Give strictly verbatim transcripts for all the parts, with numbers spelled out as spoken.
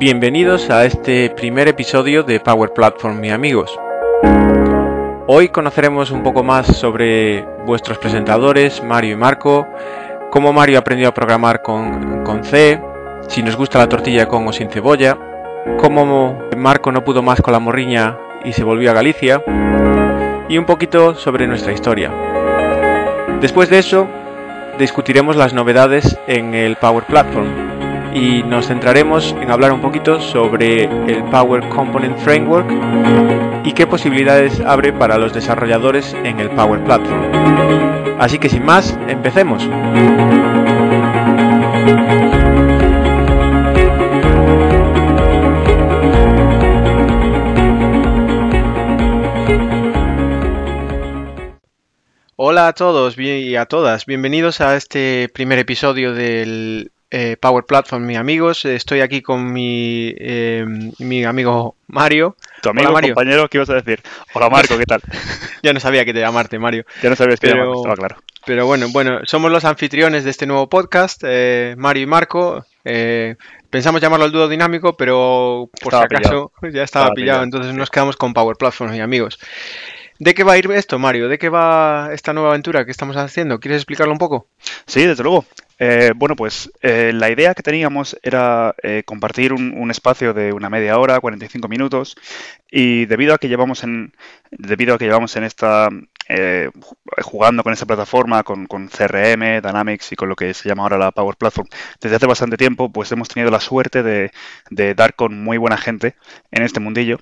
Bienvenidos a este primer episodio de Power Platform, mis amigos. Hoy conoceremos un poco más sobre vuestros presentadores, Mario y Marco, cómo Mario aprendió a programar con, con C, si nos gusta la tortilla con o sin cebolla, cómo Marco no pudo más con la morriña y se volvió a Galicia, y un poquito sobre nuestra historia. Después de eso, discutiremos las novedades en el Power Platform y nos centraremos en hablar un poquito sobre el Power Component Framework y qué posibilidades abre para los desarrolladores en el Power Platform. Así que sin más, empecemos. Hola a todos y a todas, bienvenidos a este primer episodio del eh, Power Platform, mis amigos. Estoy aquí con mi, eh, mi amigo Mario. Tu amigo, Hola, Mario. Compañero, ¿qué ibas a decir? Hola Marco, ¿qué tal? Ya no sabía que te llamarte, Mario. Ya no sabías que Pero... llamarme, estaba claro. Pero bueno, bueno, somos los anfitriones de este nuevo podcast, eh, Mario y Marco. Eh, pensamos llamarlo el dúo dinámico, pero por Estaba si acaso pillado. ya estaba, Estaba pillado, pillado, entonces sí. nos quedamos con Power Platform y amigos. ¿De qué va a ir esto, Mario? ¿De qué va esta nueva aventura que estamos haciendo? ¿Quieres explicarlo un poco? Sí, desde luego. Eh, bueno, pues eh, la idea que teníamos era eh, compartir un, un espacio de una media hora, cuarenta y cinco minutos, y debido a que llevamos en, debido a que llevamos en esta eh, jugando con esta plataforma, con, con C R M, Dynamics y con lo que se llama ahora la Power Platform, desde hace bastante tiempo, pues hemos tenido la suerte de, de dar con muy buena gente en este mundillo.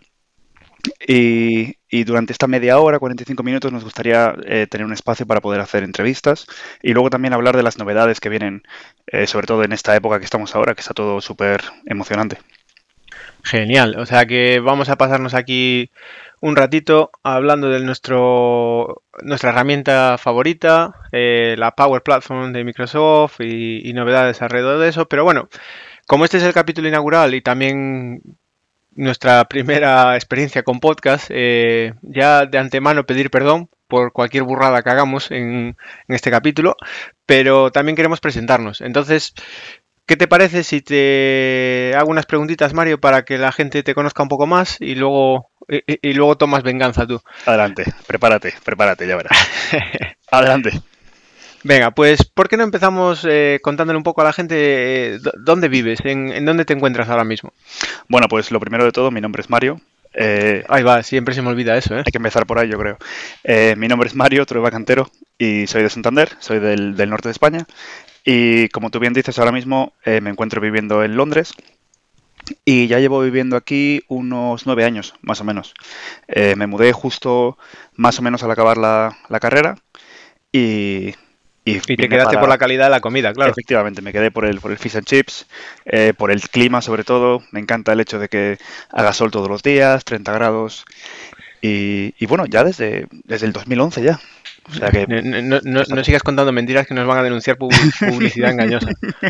Y, y durante esta media hora, cuarenta y cinco minutos, nos gustaría eh, tener un espacio para poder hacer entrevistas y luego también hablar de las novedades que vienen, eh, sobre todo en esta época que estamos ahora, que está todo súper emocionante. Genial, o sea que vamos a pasarnos aquí un ratito hablando de nuestro, nuestra herramienta favorita, eh, la Power Platform de Microsoft y, y novedades alrededor de eso, pero bueno, como este es el capítulo inaugural y también nuestra primera experiencia con podcast, eh, ya de antemano pedir perdón por cualquier burrada que hagamos en, en este capítulo, pero también queremos presentarnos. Entonces, ¿qué te parece si te hago unas preguntitas, Mario, para que la gente te conozca un poco más y luego, y, y luego tomas venganza tú? Adelante, prepárate, prepárate, ya verás. Adelante. Venga, pues ¿por qué no empezamos eh, contándole un poco a la gente eh, dónde vives, en, en dónde te encuentras ahora mismo? Bueno, pues lo primero de todo, mi nombre es Mario. Eh, Ahí va, siempre se me olvida eso, ¿eh? Hay que empezar por ahí, yo creo. Eh, mi nombre es Mario Trueba Cantero y soy de Santander, soy del, del norte de España. Y como tú bien dices, ahora mismo eh, me encuentro viviendo en Londres y ya llevo viviendo aquí unos nueve años, más o menos. Eh, me mudé justo más o menos al acabar la, la carrera y... Y, y te quedaste para... por la calidad de la comida, claro. Efectivamente, me quedé por el, por el fish and chips, eh, por el clima sobre todo. Me encanta el hecho de que haga sol todos los días, treinta grados. Y, y bueno, ya desde, desde el dos mil once ya. O sea que... No, no, no, no sigas contando mentiras que nos van a denunciar publicidad engañosa.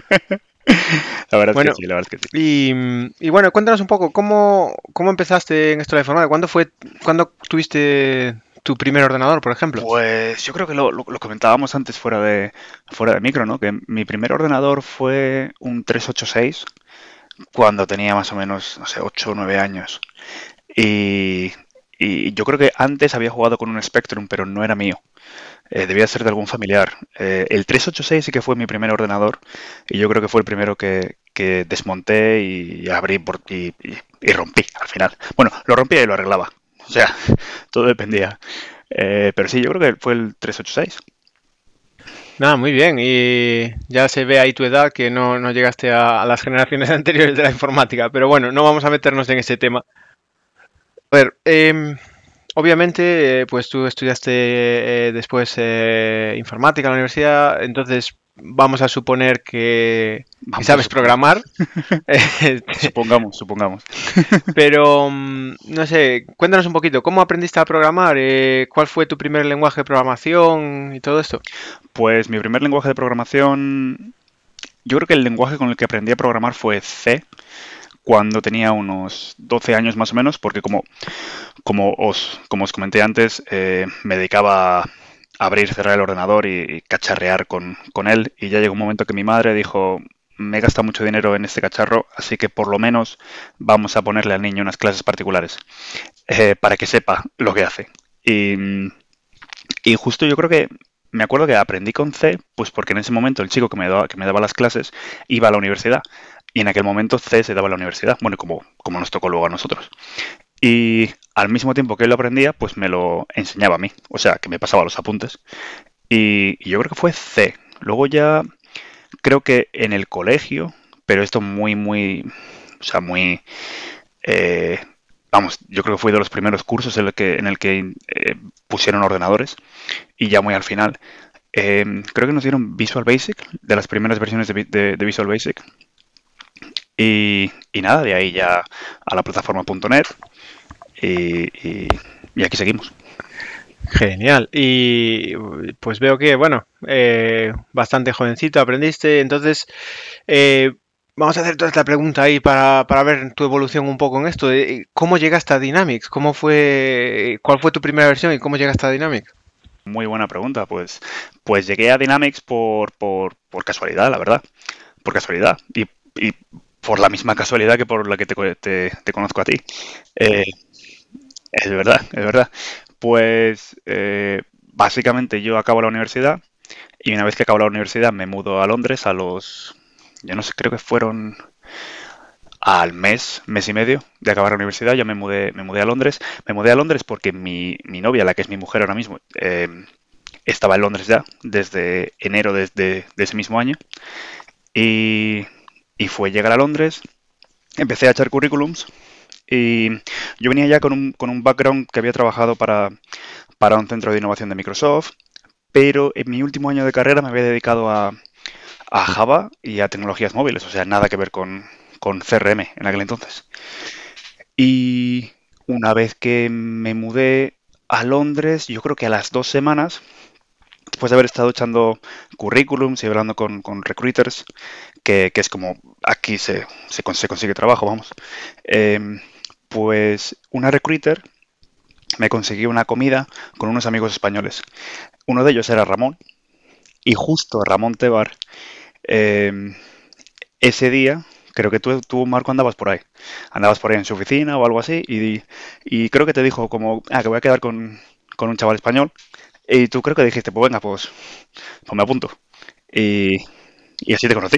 La verdad bueno, es que sí, la verdad es que sí. Y, y bueno, cuéntanos un poco, ¿cómo, cómo empezaste en esto de la informática? ¿Cuándo fue, cuándo tuviste tu primer ordenador, por ejemplo? Pues yo creo que lo, lo, lo comentábamos antes fuera de, fuera de micro, ¿no? Que mi primer ordenador fue un trescientos ochenta y seis cuando tenía más o menos, no sé, ocho o nueve años. Y... Y yo creo que antes había jugado con un Spectrum, pero no era mío. Eh, debía ser de algún familiar. Eh, el trescientos ochenta y seis sí que fue mi primer ordenador. Y yo creo que fue el primero que, que desmonté y abrí por, y, y, y rompí al final. Bueno, lo rompía y lo arreglaba. O sea, todo dependía. Eh, pero sí, yo creo que fue el trescientos ochenta y seis. Nada, muy bien. Y ya se ve ahí tu edad, que no, no llegaste a, a las generaciones anteriores de la informática. Pero bueno, no vamos a meternos en ese tema. A ver, eh, obviamente, eh, pues tú estudiaste eh, después eh, informática en la universidad, entonces vamos a suponer que, que sabes programar. supongamos, supongamos. Pero, no sé, cuéntanos un poquito, ¿cómo aprendiste a programar? Eh, ¿Cuál fue tu primer lenguaje de programación y todo esto? Pues mi primer lenguaje de programación, yo creo que el lenguaje con el que aprendí a programar fue C. Cuando tenía unos doce años más o menos, porque como, como, os, como os comenté antes, eh, me dedicaba a abrir, cerrar el ordenador y, y cacharrear con, con él. Y ya llegó un momento que mi madre dijo, me he gastado mucho dinero en este cacharro, así que por lo menos vamos a ponerle al niño unas clases particulares eh, para que sepa lo que hace. Y, y justo yo creo que me acuerdo que aprendí con C, pues porque en ese momento el chico que me daba, que me daba las clases iba a la universidad. Y en aquel momento C se daba en la universidad, bueno, como, como nos tocó luego a nosotros. Y al mismo tiempo que él lo aprendía, pues me lo enseñaba a mí. O sea, que me pasaba los apuntes. Y, y yo creo que fue C. Luego ya creo que en el colegio, pero esto muy, muy, o sea, muy, eh, vamos, yo creo que fue de los primeros cursos en el que, en el que eh, pusieron ordenadores y ya muy al final. eh, creo que nos dieron Visual Basic, de las primeras versiones de, Vi- de- de Visual Basic. Y, y nada, de ahí ya a la plataforma punto net y, y- y aquí seguimos. Genial. Y pues veo que, bueno, eh, bastante jovencito aprendiste. Entonces, eh, vamos a hacer toda esta pregunta ahí para, para ver tu evolución un poco en esto. Eh, ¿Cómo llegaste a Dynamics? ¿Cómo fue, cuál fue tu primera versión y cómo llegaste a Dynamics? Muy buena pregunta. Pues, pues llegué a Dynamics por, por, por casualidad, la verdad. Por casualidad. Y, y por la misma casualidad que por la que te, co- te- te conozco a ti. Eh, es verdad, es verdad. Pues eh, básicamente yo acabo la universidad y una vez que acabo la universidad me mudo a Londres a los, yo no sé, creo que fueron al mes, mes y medio de acabar la universidad, ya me mudé, me mudé a Londres. Me mudé a Londres porque mi, mi novia, la que es mi mujer ahora mismo, eh, estaba en Londres ya desde enero de, de- de ese mismo año. Y, y fue llegar a Londres, empecé a echar currículums y yo venía ya con un, con un background que había trabajado para, para un centro de innovación de Microsoft, pero en mi último año de carrera me había dedicado a, a Java y a tecnologías móviles, o sea, nada que ver con, con C R M en aquel entonces. Y una vez que me mudé a Londres, yo creo que a las dos semanas, después de haber estado echando currículums y hablando con, con recruiters, que, que es como aquí se, se, se consigue trabajo, vamos, eh, pues una recruiter me consiguió una comida con unos amigos españoles. Uno de ellos era Ramón, y justo Ramón Tebar, eh, ese día, creo que tú, tú, Marco, andabas por ahí. Andabas por ahí en su oficina o algo así, y, y creo que te dijo como, ah, que voy a quedar con, con un chaval español. Y tú creo que dijiste, pues venga, pues, pues me apunto. Y, y así te conocí.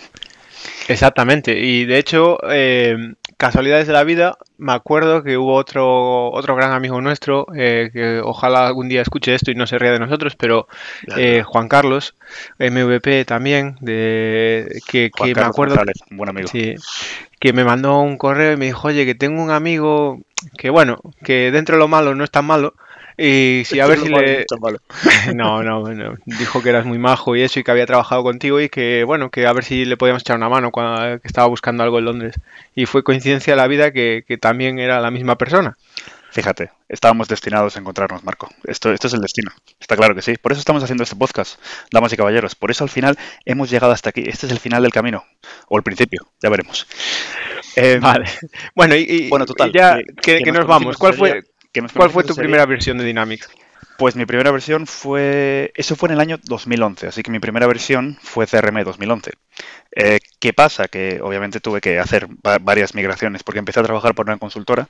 Exactamente, y de hecho, eh, casualidades de la vida, me acuerdo que hubo otro, otro gran amigo nuestro, eh, que ojalá algún día escuche esto y no se ría de nosotros, pero Ya, es eh, verdad. Juan Carlos, M V P también, de, que, Juan que me Carlos acuerdo, González, un buen amigo. sí, que me mandó un correo y me dijo, oye, que tengo un amigo que bueno, que dentro de lo malo no es tan malo, y si a Esto es ver lo si malo, no le, está malo. no, no, no. Dijo que eras muy majo y eso y que había trabajado contigo y que, bueno, que a ver si le podíamos echar una mano cuando que estaba buscando algo en Londres. Y fue coincidencia de la vida que, que también era la misma persona. Fíjate, estábamos destinados a encontrarnos, Marco. Esto, esto es el destino. Está claro que sí. Por eso estamos haciendo este podcast, damas y caballeros. Por eso al final hemos llegado hasta aquí. Este es el final del camino. O el principio, ya veremos. Eh, Vale. Bueno, y, bueno, y- y total, ya que, que, que que nos nos vamos. conocimos ¿Cuál ese día. fue, Que nos cuál fue conocimos tu ese primera día. versión de Dynamics? Pues mi primera versión fue... Eso fue en el año dos mil once, así que mi primera versión fue C R M dos mil once. Eh, ¿Qué pasa? Que obviamente tuve que hacer va- varias migraciones porque empecé a trabajar por una consultora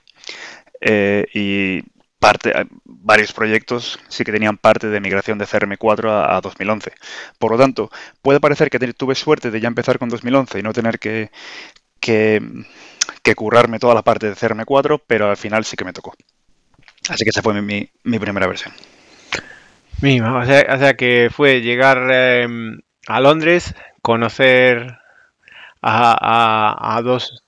eh, y parte, varios proyectos sí que tenían parte de migración de C R M cuatro a, a dos mil once. Por lo tanto, puede parecer que te- tuve suerte de ya empezar con dos mil once y no tener que, que, que currarme toda la parte de C R M cuatro, pero al final sí que me tocó. Así que esa fue mi, mi- mi primera versión. Mima, o sea, o sea que fue llegar eh, a Londres, conocer a, a- a dos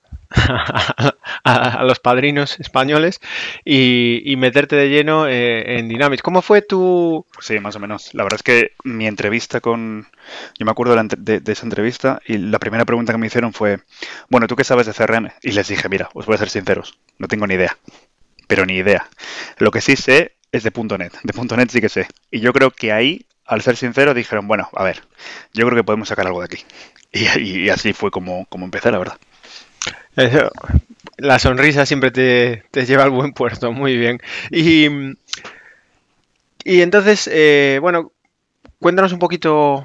a, a los padrinos españoles y, y meterte de lleno eh, en Dynamics. ¿Cómo fue tu...? Pues sí, más o menos. La verdad es que mi entrevista con... Yo me acuerdo de, la entre- de- de esa entrevista y la primera pregunta que me hicieron fue, bueno, ¿tú qué sabes de C R M? Y les dije, mira, os voy a ser sinceros, no tengo ni idea, pero ni idea. Lo que sí sé es de punto .NET, de punto .NET sí que sé. Y yo creo que ahí, al ser sincero, dijeron, bueno, a ver, yo creo que podemos sacar algo de aquí. Y, y- y así fue como, como empecé, la verdad. Eso, la sonrisa siempre te, te lleva al buen puerto, muy bien. Y, y entonces, eh, bueno, cuéntanos un poquito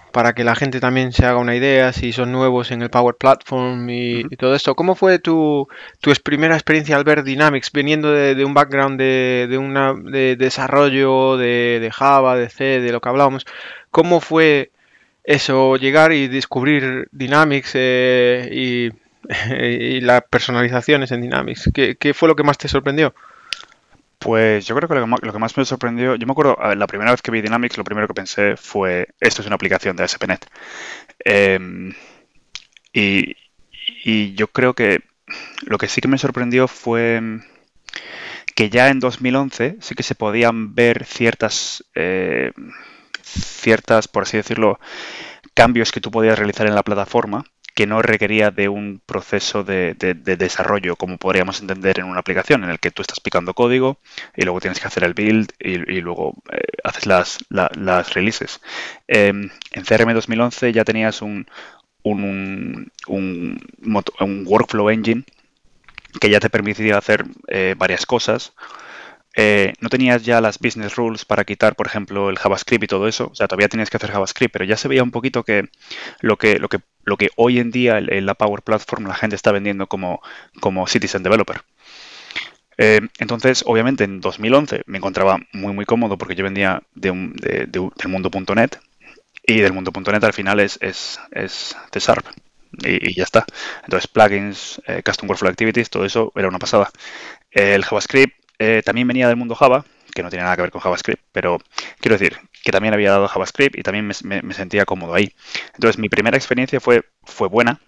para que la gente también se haga una idea, si son nuevos en el Power Platform y, Ujú. y todo esto. ¿Cómo fue tu, tu es- primera experiencia al ver Dynamics, viniendo de, de un background de, de una, de desarrollo de, de Java, de C, de lo que hablábamos? ¿Cómo fue eso, llegar y descubrir Dynamics eh, y, y las personalizaciones en Dynamics? ¿Qué, qué fue lo que más te sorprendió? Pues yo creo que lo que más, lo que más me sorprendió, yo me acuerdo, a ver, la primera vez que vi Dynamics, lo primero que pensé fue, esto es una aplicación de A S P punto net. Em, y, y yo creo que lo que sí que me sorprendió fue que ya en dos mil once sí que se podían ver ciertas, eh, ciertas, por así decirlo, cambios que tú podías realizar en la plataforma que no requería de un proceso de, de- de desarrollo como podríamos entender en una aplicación en el que tú estás picando código y luego tienes que hacer el build y, y luego eh, haces las, la- las releases. Em, en C R M dos mil once ya tenías un, un, un, un moto- un workflow engine que ya te permitía hacer eh, varias cosas. Eh, no tenías ya las business rules para quitar, por ejemplo, el JavaScript y todo eso. O sea, todavía tenías que hacer JavaScript, pero ya se veía un poquito que lo que, lo que, lo que hoy en día en la Power Platform la gente está vendiendo como, como Citizen Developer. Eh, entonces, obviamente, en dos mil once me encontraba muy, muy cómodo porque yo vendía de un, de, de, del mundo punto net y del mundo punto net al final es, es, es C Sharp y, y ya está. Entonces, plugins, eh, Custom Workflow Activities, todo eso era una pasada. El JavaScript eh, también venía del mundo Java, que no tiene nada que ver con JavaScript, pero quiero decir que también había dado JavaScript y también me, me- me sentía cómodo ahí. Entonces mi primera experiencia fue, fue buena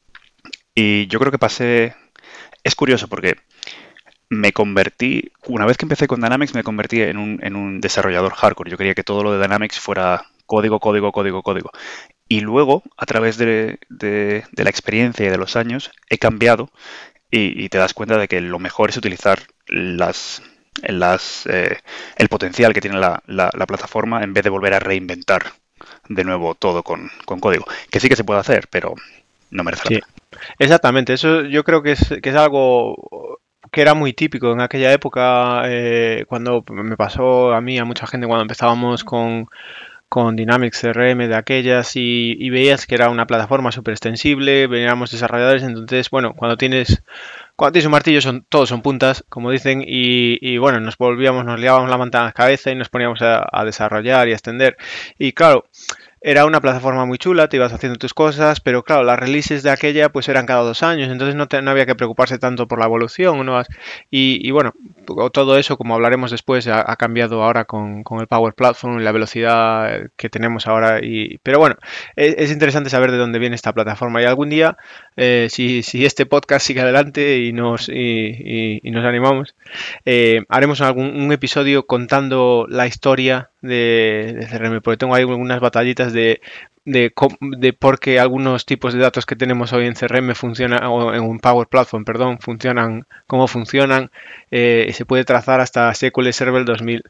y yo creo que pasé... Es curioso porque me convertí, una vez que empecé con Dynamics, me convertí en un, en un desarrollador hardcore. Yo quería que todo lo de Dynamics fuera código, código, código, código. Y luego, a través de, de- de la experiencia y de los años, he cambiado y, y te das cuenta de que lo mejor es utilizar las, las, eh, el potencial que tiene la, la- la plataforma en vez de volver a reinventar de nuevo todo con, con código. Que sí que se puede hacer, pero no merece la Sí, pena. exactamente. Eso yo creo que es, que es algo que era muy típico en aquella época, eh, cuando me pasó a mí, a mucha gente, cuando empezábamos con, con Dynamics C R M de aquellas y, y veías que era una plataforma súper extensible, veníamos desarrolladores, entonces, bueno, cuando tienes, cuando tienes un martillo son, todos son puntas, como dicen, y, y bueno, nos volvíamos, nos liábamos la manta en la cabeza y nos poníamos a, a desarrollar y a extender. Y claro, era una plataforma muy chula, te ibas haciendo tus cosas, pero claro, las releases de aquella pues eran cada dos años, entonces no, te- no había que preocuparse tanto por la evolución, ¿no? Y, y bueno, todo eso, como hablaremos después, ha, ha cambiado ahora con, con el Power Platform, la velocidad que tenemos ahora. Y, pero bueno, es, es interesante saber de dónde viene esta plataforma y algún día, eh, si, si este podcast sigue adelante y nos, y, y- y nos animamos, eh, haremos algún, un episodio contando la historia de, de C R M, porque tengo ahí algunas batallitas de, de, com- de por qué algunos tipos de datos que tenemos hoy en C R M funcionan, o en un Power Platform, perdón, funcionan, cómo funcionan, eh, y se puede trazar hasta S Q L Server dos mil.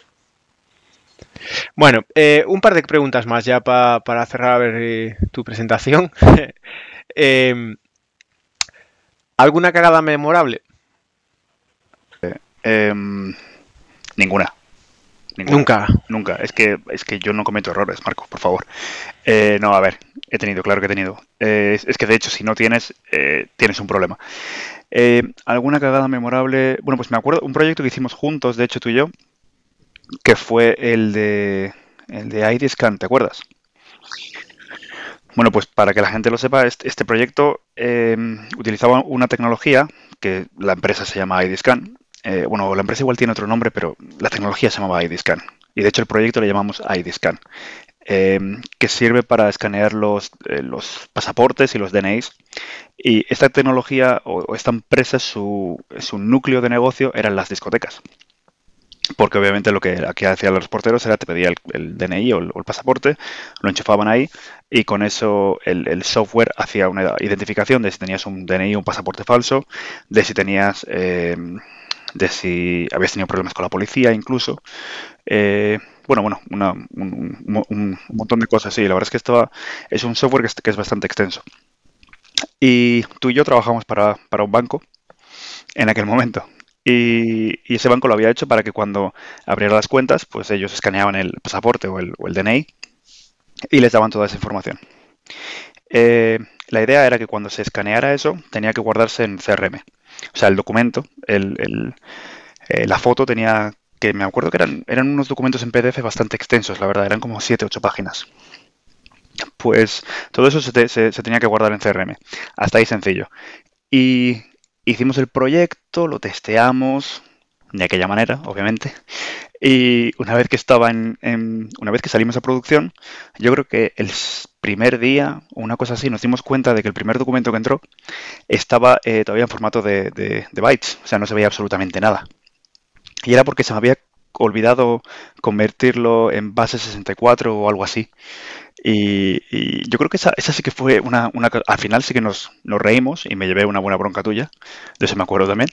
Bueno, eh, un par de preguntas más ya pa- para cerrar a ver eh, tu presentación. Eh, ¿Alguna cagada memorable? Em, ninguna, ninguna. Nunca. Nunca. Es que, es que yo no cometo errores, Marco, por favor. Eh, no, a ver, he tenido, claro que he tenido. Eh, es, es que de hecho, si no tienes, eh, tienes un problema. Eh, ¿alguna cagada memorable? Bueno, pues me acuerdo un proyecto que hicimos juntos, de hecho tú y yo, que fue el de el de I D Scan, ¿te acuerdas? Bueno, pues para que la gente lo sepa, este, este proyecto eh, utilizaba una tecnología que la empresa se llama I D Scan. Eh, bueno, la empresa igual tiene otro nombre, pero la tecnología se llamaba I D Scan. Y de hecho el proyecto le llamamos I D Scan, eh, que sirve para escanear los, eh, los pasaportes y los D N Is. Y esta tecnología o, o esta empresa, su, su núcleo de negocio eran las discotecas. Porque obviamente lo que aquí hacían los porteros era te pedía el, el D N I o el, o el pasaporte, lo enchufaban ahí y con eso el, el software hacía una identificación de si tenías un D N I o un pasaporte falso, de si tenías, eh, de si habías tenido problemas con la policía incluso. Eh, bueno, bueno, una- un, un- un- un montón de cosas. Sí, la verdad es que esto es un software que es, que es bastante extenso. Y tú y yo trabajamos para, para un banco en aquel momento. Y, y ese banco lo había hecho para que cuando abriera las cuentas, pues ellos escaneaban el pasaporte o el, o el D N I y les daban toda esa información. Eh, la idea era que cuando se escaneara eso, tenía que guardarse en C R M. O sea, el documento, el, el, eh, la foto tenía que, me acuerdo que eran, eran unos documentos en P D F bastante extensos, la verdad, eran como siete ocho páginas. Pues todo eso se, te, se, se tenía que guardar en C R M. Hasta ahí sencillo. Y hicimos el proyecto, lo testeamos de aquella manera, obviamente. Y una vez que estaba en, en, una vez que salimos a producción, yo creo que el primer día o una cosa así nos dimos cuenta de que el primer documento que entró estaba eh, todavía en formato de, de, de bytes, o sea, no se veía absolutamente nada. Y era porque se me había olvidado convertirlo en base sesenta y cuatro o algo así. Y, y yo creo que esa, esa sí que fue una, una... Al final sí que nos, nos reímos y me llevé una buena bronca tuya. De eso me acuerdo también.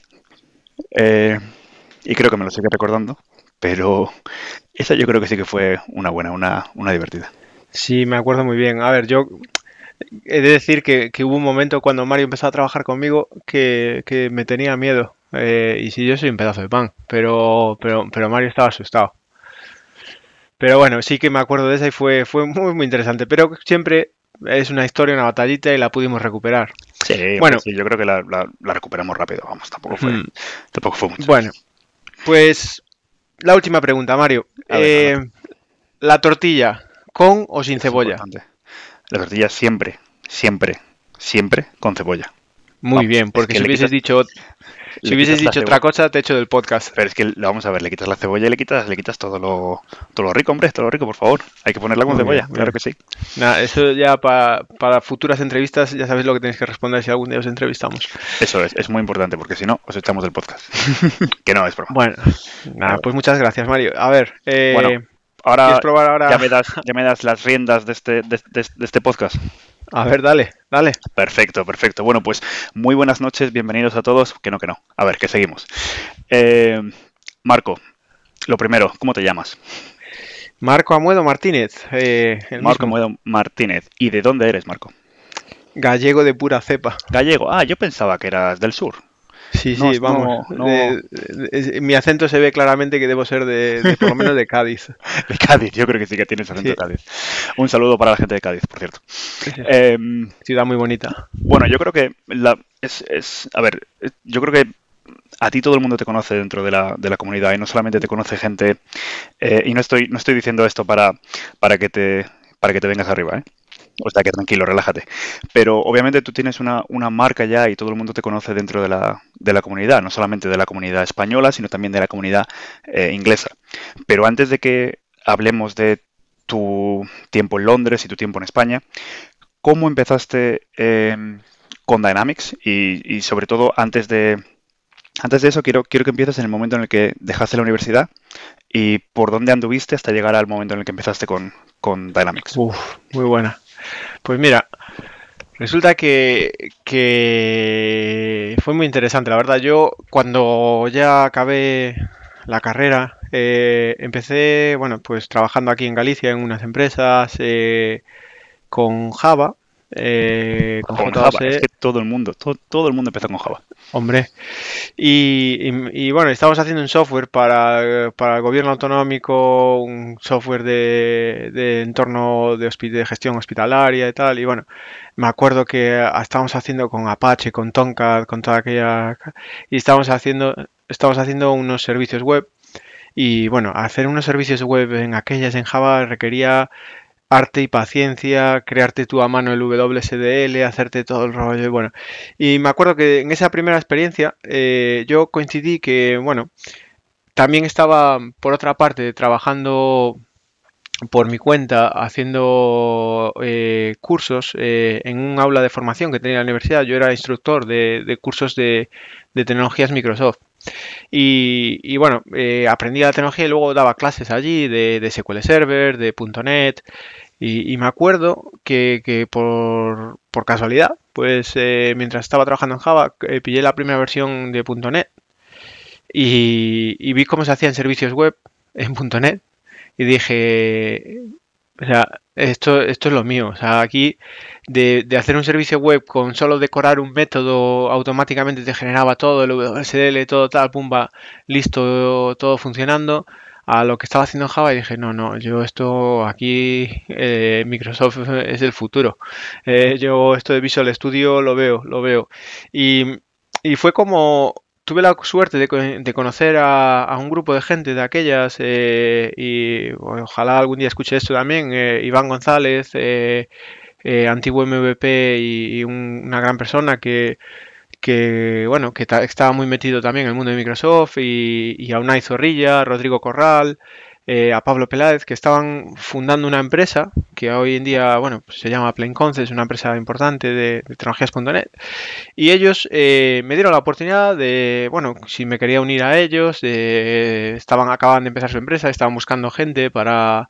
Eh, y creo que me lo sigue recordando. Pero esa yo creo que sí que fue una buena, una, una divertida. Sí, me acuerdo muy bien. A ver, yo he de decir que, que hubo un momento cuando Mario empezó a trabajar conmigo que, que me tenía miedo. Eh, y sí, yo soy un pedazo de pan, pero, pero, pero Mario estaba asustado. Pero bueno, sí que me acuerdo de esa y fue, fue muy, muy interesante. Pero siempre es una historia, una batallita y la pudimos recuperar. Sí, Bueno, sí, yo creo que la, la, la recuperamos rápido. Vamos, tampoco fue, hmm, tampoco fue mucho. bueno, pues la última pregunta, Mario. A ver, a ver. Eh, ¿la tortilla con o sin Es cebolla? importante. La tortilla siempre, siempre, siempre con cebolla. Muy Vamos, bien, es porque que si le hubieses quitas, dicho, si le hubieses quitas la dicho otra cebolla. cosa, te echo del podcast. Pero es que, vamos a ver, le quitas la cebolla y le quitas, le quitas todo lo, todo lo rico, hombre, todo lo rico, por favor. Hay que ponerla con Muy bien, cebolla, muy claro bien. que sí. Nada, eso ya pa- para futuras entrevistas ya sabéis lo que tenéis que responder si algún día os entrevistamos. Eso es, es muy importante, porque si no, os echamos del podcast. Que no, es broma. Bueno, nada, Pero pues bueno. muchas gracias, Mario. A ver, Bueno, eh, ¿quieres ahora probar ya ahora? me das, ya me das las riendas de este, de, de- de este podcast. A ver, dale, dale. Perfecto, perfecto. Bueno, pues muy buenas noches, bienvenidos a todos. Que no, que no. A ver, que seguimos. Eh, Marco, lo primero, ¿cómo te llamas? Marco Amuedo Martínez, eh, el Marco mismo. Moedo Martínez. ¿Y de dónde eres, Marco? Gallego de pura cepa. Gallego. Ah, yo pensaba que eras del sur. Sí, No, sí, vamos. no, no. De- de- mi acento se ve claramente que debo ser de, de por lo menos de Cádiz. De Cádiz, yo creo que sí que tienes acento de Sí, Cádiz. Un saludo para la gente de Cádiz, por cierto. sí, sí. Eh, Ciudad muy bonita. bueno, yo creo que la, es, es, a ver, yo creo que a ti todo el mundo te conoce dentro de la, de la comunidad y no solamente te conoce gente, eh, y no estoy, no estoy diciendo esto para, para que te, para que te vengas arriba, ¿eh? O sea que tranquilo, relájate. Pero obviamente tú tienes una, una marca ya y todo el mundo te conoce dentro de la, de la comunidad, no solamente de la comunidad española, sino también de la comunidad eh, inglesa. Pero antes de que hablemos de tu tiempo en Londres y tu tiempo en España, ¿cómo empezaste eh, con Dynamics? Y, y sobre todo, antes de, antes de eso, quiero, quiero que empieces en el momento en el que dejaste la universidad y por dónde anduviste hasta llegar al momento en el que empezaste con, con Dynamics. Uf, muy buena. Pues mira, resulta que, que fue muy interesante, la verdad. Yo cuando ya acabé la carrera, eh, empecé, bueno, pues trabajando aquí en Galicia en unas empresas eh, con Java, eh, con Con Java, es J dos E, que todo el mundo, todo, todo el mundo empezó con Java. hombre. Y, y- y, bueno, estamos haciendo un software para, para el gobierno autonómico, un software de, de entorno de, hospi- de gestión hospitalaria y tal. Y bueno, me acuerdo que ah, estábamos haciendo con Apache, con Tomcat, con toda aquella... Y estábamos haciendo, estábamos haciendo unos servicios web. Y bueno, hacer unos servicios web en aquellas en Java requería arte y paciencia, crearte tú a mano el W S D L, hacerte todo el rollo, y bueno. Y me acuerdo que en esa primera experiencia eh, yo coincidí que, bueno, también estaba, por otra parte, trabajando por mi cuenta, haciendo eh, cursos eh, en un aula de formación que tenía la universidad. Yo era instructor de, de cursos de, de tecnologías Microsoft. Y, y bueno, eh, aprendí la tecnología y luego daba clases allí de, de S Q L Server, de punto net. Y, y me acuerdo que, que por, por casualidad, pues eh, mientras estaba trabajando en Java, eh, pillé la primera versión de punto net y, y vi cómo se hacían servicios web en punto net y dije, o sea, esto, esto es lo mío. O sea, aquí de, de hacer un servicio web con solo decorar un método, automáticamente te generaba todo, el W S D L, todo tal, pumba, listo, todo funcionando, a lo que estaba haciendo en Java y dije, no, no, yo esto aquí, eh, Microsoft es el futuro. Eh, yo esto de Visual Studio lo veo, lo veo. Y, y fue como, tuve la suerte de, co- de conocer a, a un grupo de gente de aquellas eh, y bueno, ojalá algún día escuche esto también, eh, Iván González, eh, eh, antiguo M V P y, y un- una gran persona que que bueno, que ta- estaba muy metido también en el mundo de Microsoft y, y a Unai Zorrilla, Rodrigo Corral, eh, a Pablo Peláez, que estaban fundando una empresa que hoy en día, bueno, pues se llama Plain Concepts, es una empresa importante de, de tecnologías punto net. Y ellos eh, me dieron la oportunidad de, bueno, si me quería unir a ellos, de- estaban, acaban de empezar su empresa, estaban buscando gente para,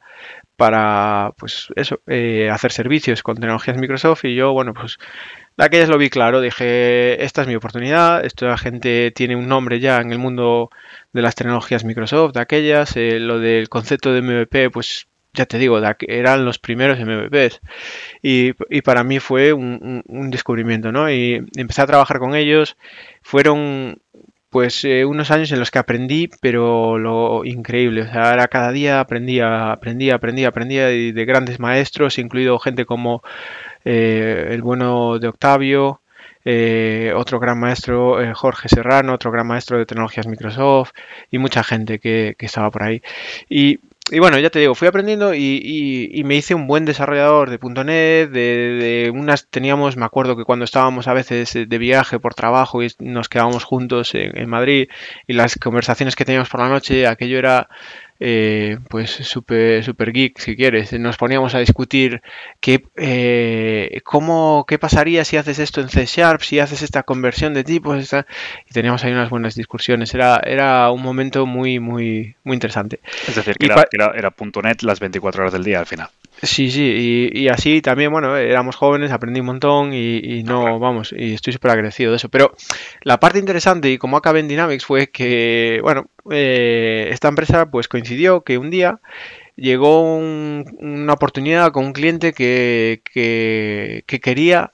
para pues eso, eh, hacer servicios con tecnologías Microsoft y yo, bueno, pues de aquellas lo vi claro, dije, esta es mi oportunidad, esta gente tiene un nombre ya en el mundo de las tecnologías Microsoft, de aquellas, eh, lo del concepto de M V P, pues ya te digo, de aqu- eran los primeros M V Ps y, y para mí fue un, un- un descubrimiento, ¿no? Y empecé a trabajar con ellos, fueron pues eh, unos años en los que aprendí, pero lo increíble, o sea, era cada día aprendía, aprendía, aprendía, aprendía y de grandes maestros, incluido gente como eh, el bueno de Octavio, eh, otro gran maestro, eh, Jorge Serrano, otro gran maestro de tecnologías Microsoft y mucha gente que, que estaba por ahí. Y, y bueno, ya te digo, fui aprendiendo y, y- y me hice un buen desarrollador de punto .NET, de, de unas teníamos, me acuerdo que cuando estábamos a veces de viaje por trabajo y nos quedábamos juntos en, en Madrid y las conversaciones que teníamos por la noche, aquello era eh, pues súper super geek si quieres. Nos poníamos a discutir qué, eh, cómo, qué pasaría si haces esto en C Sharp, si haces esta conversión de tipos, esta- y teníamos ahí unas buenas discusiones. Era, era un momento muy, muy, muy interesante. Es decir, que Y era, pa- que era, era punto .NET las veinticuatro horas del día al final. sí, sí, y, y así también, bueno, éramos jóvenes, aprendí un montón y, y Ah, claro. no, vamos, y estoy súper agradecido de eso. Pero la parte interesante y cómo acabé en Dynamics fue que, bueno, eh, esta empresa pues coincidió que un día llegó un- una oportunidad con un cliente que, que, que quería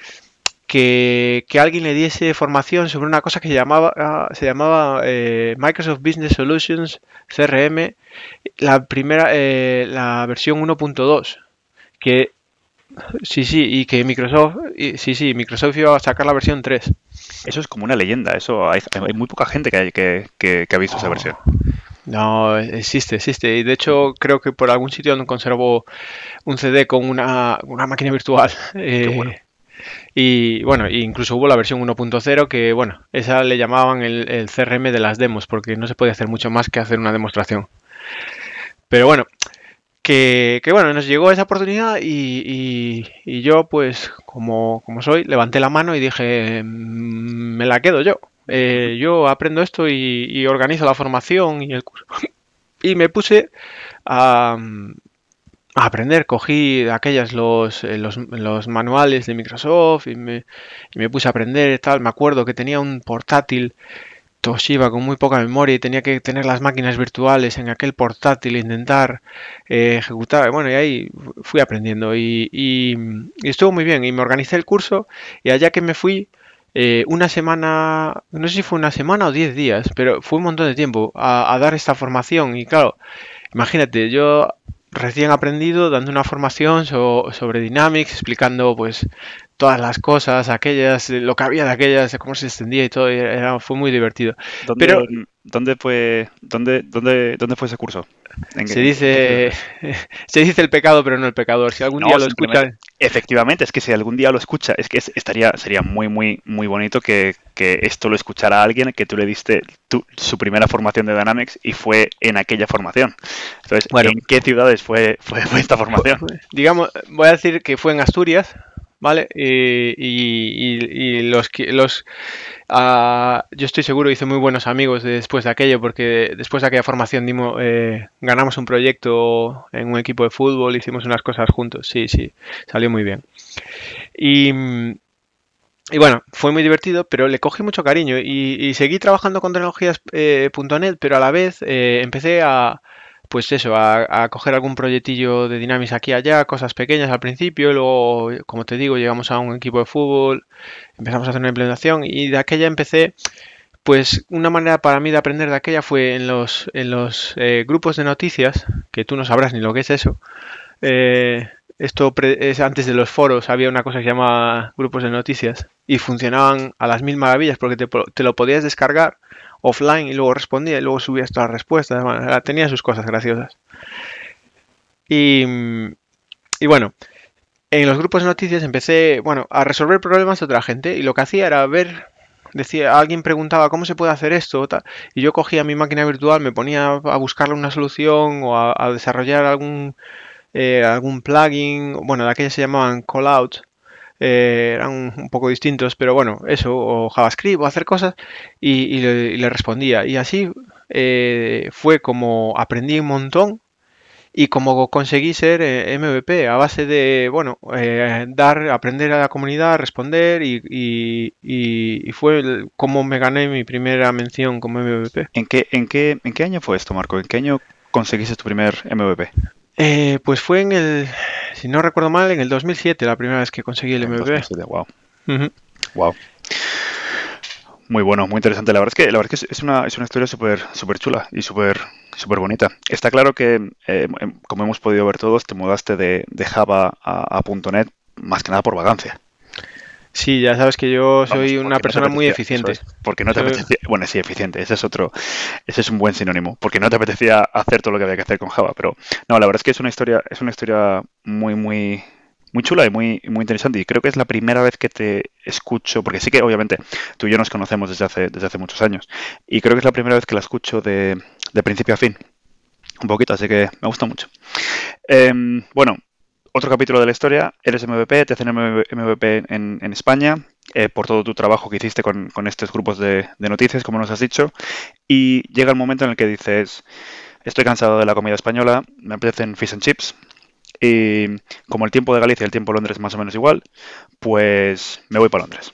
que, que alguien le diese formación sobre una cosa que se llamaba, ah, se llamaba eh, Microsoft Business Solutions C R M, la primera, eh, la versión uno punto dos. Que sí, sí, y que Microsoft, y- sí, sí, Microsoft iba a sacar la versión tres. Eso es como una leyenda. Eso hay, hay muy poca gente que, hay- que, que, que ha visto esa Oh, versión. no, existe, existe. Y de hecho, creo que por algún sitio donde conservo un C D con una, una máquina virtual. Qué bueno. Eh, y bueno, incluso hubo la versión uno punto cero que, bueno, esa le llamaban el, el C R M de las demos, porque no se podía hacer mucho más que hacer una demostración. Pero bueno, que, que bueno, nos llegó esa oportunidad y, y- y yo, pues, como, como soy, levanté la mano y dije, "Mm, me la quedo yo. Ujú. Eh, yo aprendo esto y, y organizo la formación y el curso. Y me puse a, a aprender, cogí de aquellas los, eh, los, los manuales de Microsoft y me, y me puse a aprender y tal. Me acuerdo que tenía un portátil Toshiba con muy poca memoria y tenía que tener las máquinas virtuales en aquel portátil e intentar eh, ejecutar. Bueno, y ahí fui aprendiendo y, y- y estuvo muy bien. Y me organicé el curso y allá que me fui, eh, una semana, no sé si fue una semana o diez días, pero fue un montón de tiempo a, a dar esta formación. Y claro, imagínate, yo recién aprendido dando una formación so- sobre Dynamics, explicando pues todas las cosas, aquellas, lo que había de aquellas, cómo se extendía y todo, y era, fue muy divertido. Pero ¿Dónde, dónde fue, dónde, dónde, dónde fue ese curso? ¿En, se qué- en qué- en qué ciudad dice, fue? se dice el pecado, pero no el pecador. Si algún día No, lo simplemente, escuchan, efectivamente, es que si algún día lo escucha, es que es- estaría, sería muy, muy, muy bonito que, que esto lo escuchara alguien que tú le diste tu- su primera formación de Dynamics y fue en aquella formación. Entonces, bueno, ¿en qué ciudades fue, fue, fue esta fue- formación? fue- digamos, voy a decir que fue en Asturias, ¿vale? Y, y- y- y los, que- los Ah, yo estoy seguro hice muy buenos amigos después de aquello, porque después de aquella formación dimos, eh, ganamos un proyecto en un equipo de fútbol, hicimos unas cosas juntos, sí, sí, salió muy bien. Y, mm, y bueno, fue muy divertido, pero le cogí mucho cariño y, y seguí trabajando con tecnologías eh, punto .net, pero a la vez eh, empecé a, pues eso, a, a coger algún proyectillo de Dynamics aquí y allá, cosas pequeñas al principio, luego, como te digo, llegamos a un equipo de fútbol, empezamos a hacer una implementación y de aquella empecé pues una manera para mí de aprender de aquella fue en los, en los eh, grupos de noticias, que tú no sabrás ni lo que es eso. Eh, esto pre- es antes de los foros, había una cosa que se llama grupos de noticias y funcionaban a las mil maravillas porque te, po- te lo podías descargar offline y luego respondía y luego subías todas las respuestas. Bueno, era- tenía sus cosas graciosas. Y, mm, y bueno, en los grupos de noticias empecé, bueno, a resolver problemas de otra gente y lo que hacía era ver, decía, alguien preguntaba cómo se puede hacer esto, o tal, y yo cogía mi máquina virtual, me ponía a buscarle una solución o a, a desarrollar algún, eh, algún plugin, bueno, de aquellas se llamaban callouts, eh, eran un, un poco distintos, pero bueno, eso, o JavaScript, o hacer cosas, y, y le, y le respondía. Y así eh, fue como aprendí un montón y como conseguí ser eh, M V P a base de, bueno, eh, dar, aprender a la comunidad, responder y, y- y- y fue el- como me gané mi primera mención como M V P. ¿En qué, en qué, en qué año fue esto, Marco? ¿En qué año conseguiste tu primer M V P? Eh, pues fue en el, si no recuerdo mal, en el dos mil siete la primera vez que conseguí el En M V P. dos mil siete, wow. Ujú. Wow. Muy bueno, muy interesante. La verdad es que, la verdad es que es es una, es una historia súper súper chula y súper súper bonita. Está claro que, eh, em, como hemos podido ver todos, te mudaste de, de Java a, a punto .NET más que nada por vagancia. Sí, ya sabes que yo Vamos, soy una porque no te persona muy apetecía, eso eficiente. es, porque no te Soy- apetecía, bueno, sí, eficiente, ese es otro, ese es un buen sinónimo, porque no te apetecía hacer todo lo que había que hacer con Java, pero no, la verdad es que es una historia, es una historia muy, muy, muy chula y muy, muy interesante, y creo que es la primera vez que te escucho, porque sí que obviamente tú y yo nos conocemos desde hace, desde hace muchos años, y creo que es la primera vez que la escucho de, de principio a fin, un poquito, así que me gusta mucho. Em, bueno, otro capítulo de la historia, eres M V P, te hacen M V P en, en España, eh, por todo tu trabajo que hiciste con, con estos grupos de, de noticias, como nos has dicho, y llega el momento en el que dices, estoy cansado de la comida española, me apetecen fish and chips, y como el tiempo de Galicia y el tiempo de Londres es más o menos igual, pues me voy para Londres.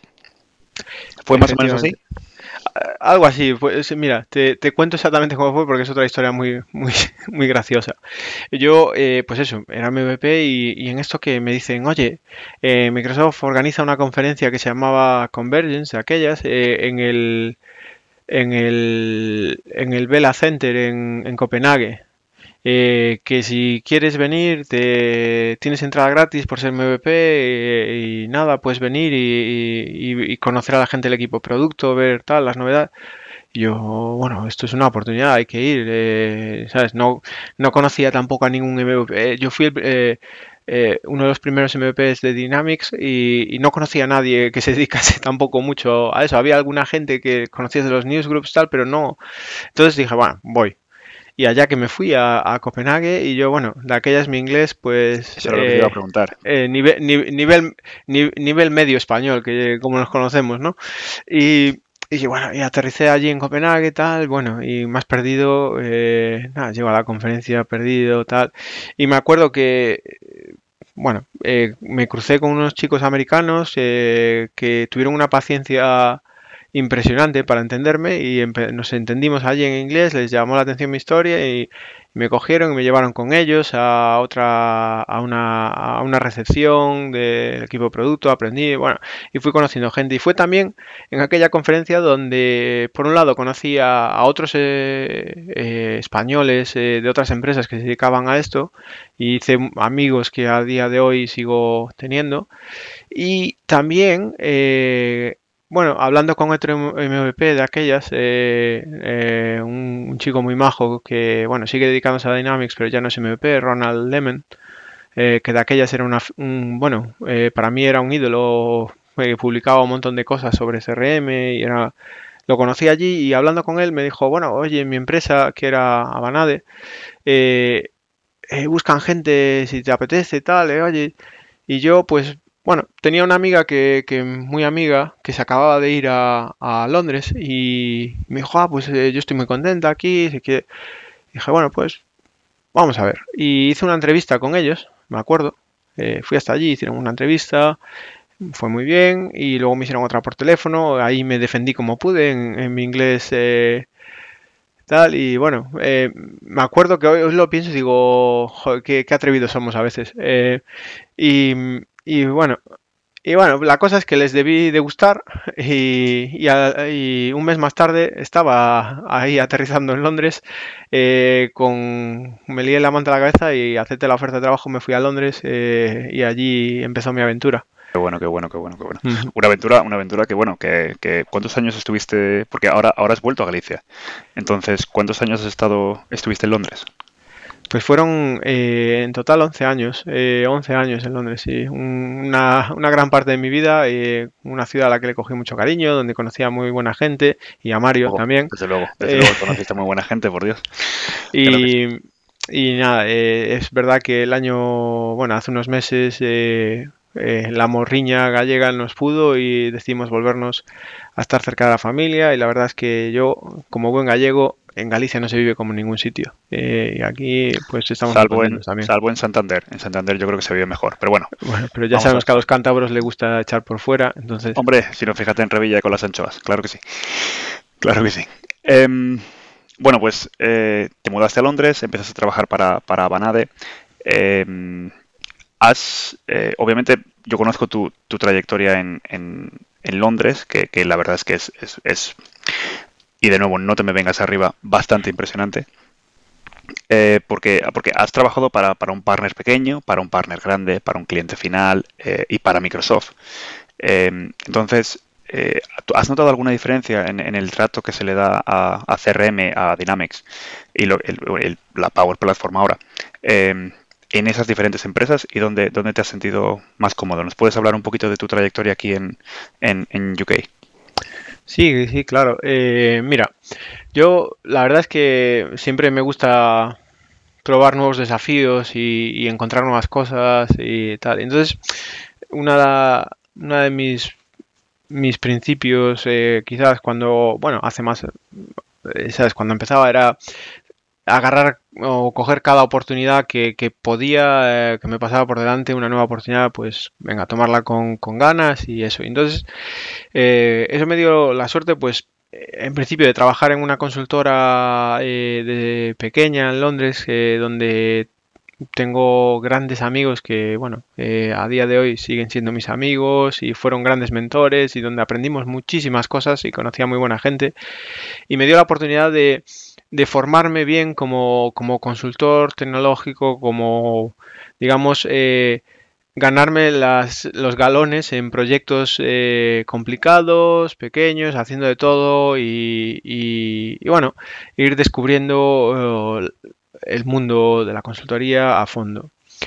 ¿Fue más o menos así? Efectivamente. Algo así, pues mira, te, te cuento exactamente cómo fue porque es otra historia muy, muy, muy graciosa. Yo, eh, pues eso, era M V P y, y en esto que me dicen, oye, eh, Microsoft organiza una conferencia que se llamaba Convergence, aquellas, eh, en el, en el, en el Vela Center en, en Copenhague. Eh, que si quieres venir, te, tienes entrada gratis por ser M V P eh, y nada, puedes venir y, y- y conocer a la gente del equipo de producto, ver tal, las novedades. Y yo, bueno, esto es una oportunidad, hay que ir, eh, ¿sabes? No, no conocía tampoco a ningún M V P. Eh, yo fui el, eh, eh, uno de los primeros M V Ps de Dynamics y, y no conocía a nadie que se dedicase tampoco mucho a eso. Había alguna gente que conocías de los newsgroups tal, pero no. Entonces dije, bueno, voy. Y allá que me fui a, a Copenhague y yo, bueno, de aquellas mi inglés, pues Eso era lo que te iba a eh, preguntar. eh, nive- ni- nivel, ni- nivel medio español, que como nos conocemos, ¿no? Y, y bueno, y aterricé allí en Copenhague, tal, bueno, y más perdido, eh, nada, llego a la conferencia perdido, tal. Y me acuerdo que, bueno, eh, me crucé con unos chicos americanos eh, que tuvieron una paciencia impresionante para entenderme y empe- nos entendimos allí en inglés, les llamó la atención mi historia y me cogieron y me llevaron con ellos a otra, a una, a una recepción del equipo de producto, aprendí, bueno, y fui conociendo gente. Y fue también en aquella conferencia donde, por un lado, conocí a, a otros eh, eh, españoles eh, de otras empresas que se dedicaban a esto y hice amigos que a día de hoy sigo teniendo. Y también, eh, bueno, hablando con otro M V P de aquellas, eh, eh, un, un chico muy majo que, bueno, sigue dedicándose a Dynamics, pero ya no es M V P, Ronald Lemon, eh, que de aquellas era una, un, bueno, eh, para mí era un ídolo, eh, publicaba un montón de cosas sobre C R M y era, lo conocí allí y hablando con él me dijo, bueno, oye, en mi empresa, que era Abanade, eh, eh, buscan gente si te apetece, tal, eh, oye, y yo, pues, bueno, tenía una amiga que, que muy amiga, que se acababa de ir a, a Londres y me dijo, ah, pues eh, yo estoy muy contenta aquí, si quiere. Y dije, bueno, pues vamos a ver. Y hice una entrevista con ellos, me acuerdo. Eh, fui hasta allí, hicieron una entrevista, fue muy bien y luego me hicieron otra por teléfono. Ahí me defendí como pude en, en mi inglés eh, tal. Y bueno, eh, me acuerdo que hoy, hoy lo pienso y digo, joder, qué, qué atrevidos somos a veces. Eh, y, y bueno, y bueno, la cosa es que les debí de gustar y, y, a- y un mes más tarde estaba ahí aterrizando en Londres eh, con... Me lié la manta a la cabeza y acepté la oferta de trabajo, me fui a Londres eh, y allí empezó mi aventura. Qué bueno, qué bueno, qué bueno, qué bueno. Ujú. Una aventura, una aventura que bueno, que, que ¿cuántos años estuviste? Porque ahora, ahora has vuelto a Galicia. Entonces, ¿cuántos años has estado, estuviste en Londres? Pues fueron eh, en total once años, eh, once años en Londres, sí. Un- Una, una gran parte de mi vida, eh, una ciudad a la que le cogí mucho cariño, donde conocía a muy buena gente y a Mario Luego, también. desde luego, desde Eh, luego conociste muy buena gente, por Dios. Claro que sí. y, y nada, eh, es verdad que el año, bueno, hace unos meses eh, eh, la morriña gallega nos pudo y decidimos volvernos a estar cerca de la familia y la verdad es que yo, como buen gallego, en Galicia no se vive como en ningún sitio. Eh, y aquí pues estamos muy Salvo en, contentos también. salvo en Santander. En Santander yo creo que se vive mejor. Pero bueno, Bueno, pero ya vamos a... sabemos que a los cántabros le gusta echar por fuera, entonces Hombre, si no, fíjate en Revilla con las anchoas. Claro que sí. Claro que sí. Em, bueno, pues eh, te mudaste a Londres, empezaste a trabajar para, para Banade. Em, has, eh, obviamente, yo conozco tu, tu trayectoria en, en- en Londres, que, que la verdad es que es, es- es- y de nuevo, no te me vengas arriba, bastante impresionante. Eh, porque, porque has trabajado para, para un partner pequeño, para un partner grande, para un cliente final eh, y para Microsoft. Eh, entonces, eh, ¿tú ¿has notado alguna diferencia en, en el trato que se le da a, a C R M, a Dynamics y lo- el- el- la Power Platform ahora? eh, en esas diferentes empresas y dónde, dónde te has sentido más cómodo. ¿Nos puedes hablar un poquito de tu trayectoria aquí en, en, en U K? sí, sí, claro. Eh, mira, yo la verdad es que siempre me gusta probar nuevos desafíos y, y encontrar nuevas cosas y tal. Entonces, una, una de mis, mis principios, eh, quizás cuando, bueno, hace más, eh, ¿sabes? Cuando empezaba era agarrar o coger cada oportunidad que, que podía, eh, que me pasaba por delante, una nueva oportunidad, pues venga, tomarla con, con ganas y eso. Entonces, eh, eso me dio la suerte, pues, eh, en principio de trabajar en una consultora eh, de pequeña en Londres, eh, donde tengo grandes amigos que, bueno, eh, a día de hoy siguen siendo mis amigos y fueron grandes mentores y donde aprendimos muchísimas cosas y conocí a muy buena gente y me dio la oportunidad de, de formarme bien como, como consultor tecnológico, como, digamos, eh, ganarme las, los galones en proyectos eh, complicados, pequeños, haciendo de todo y, y- y, bueno, ir descubriendo eh, el mundo de la consultoría a fondo.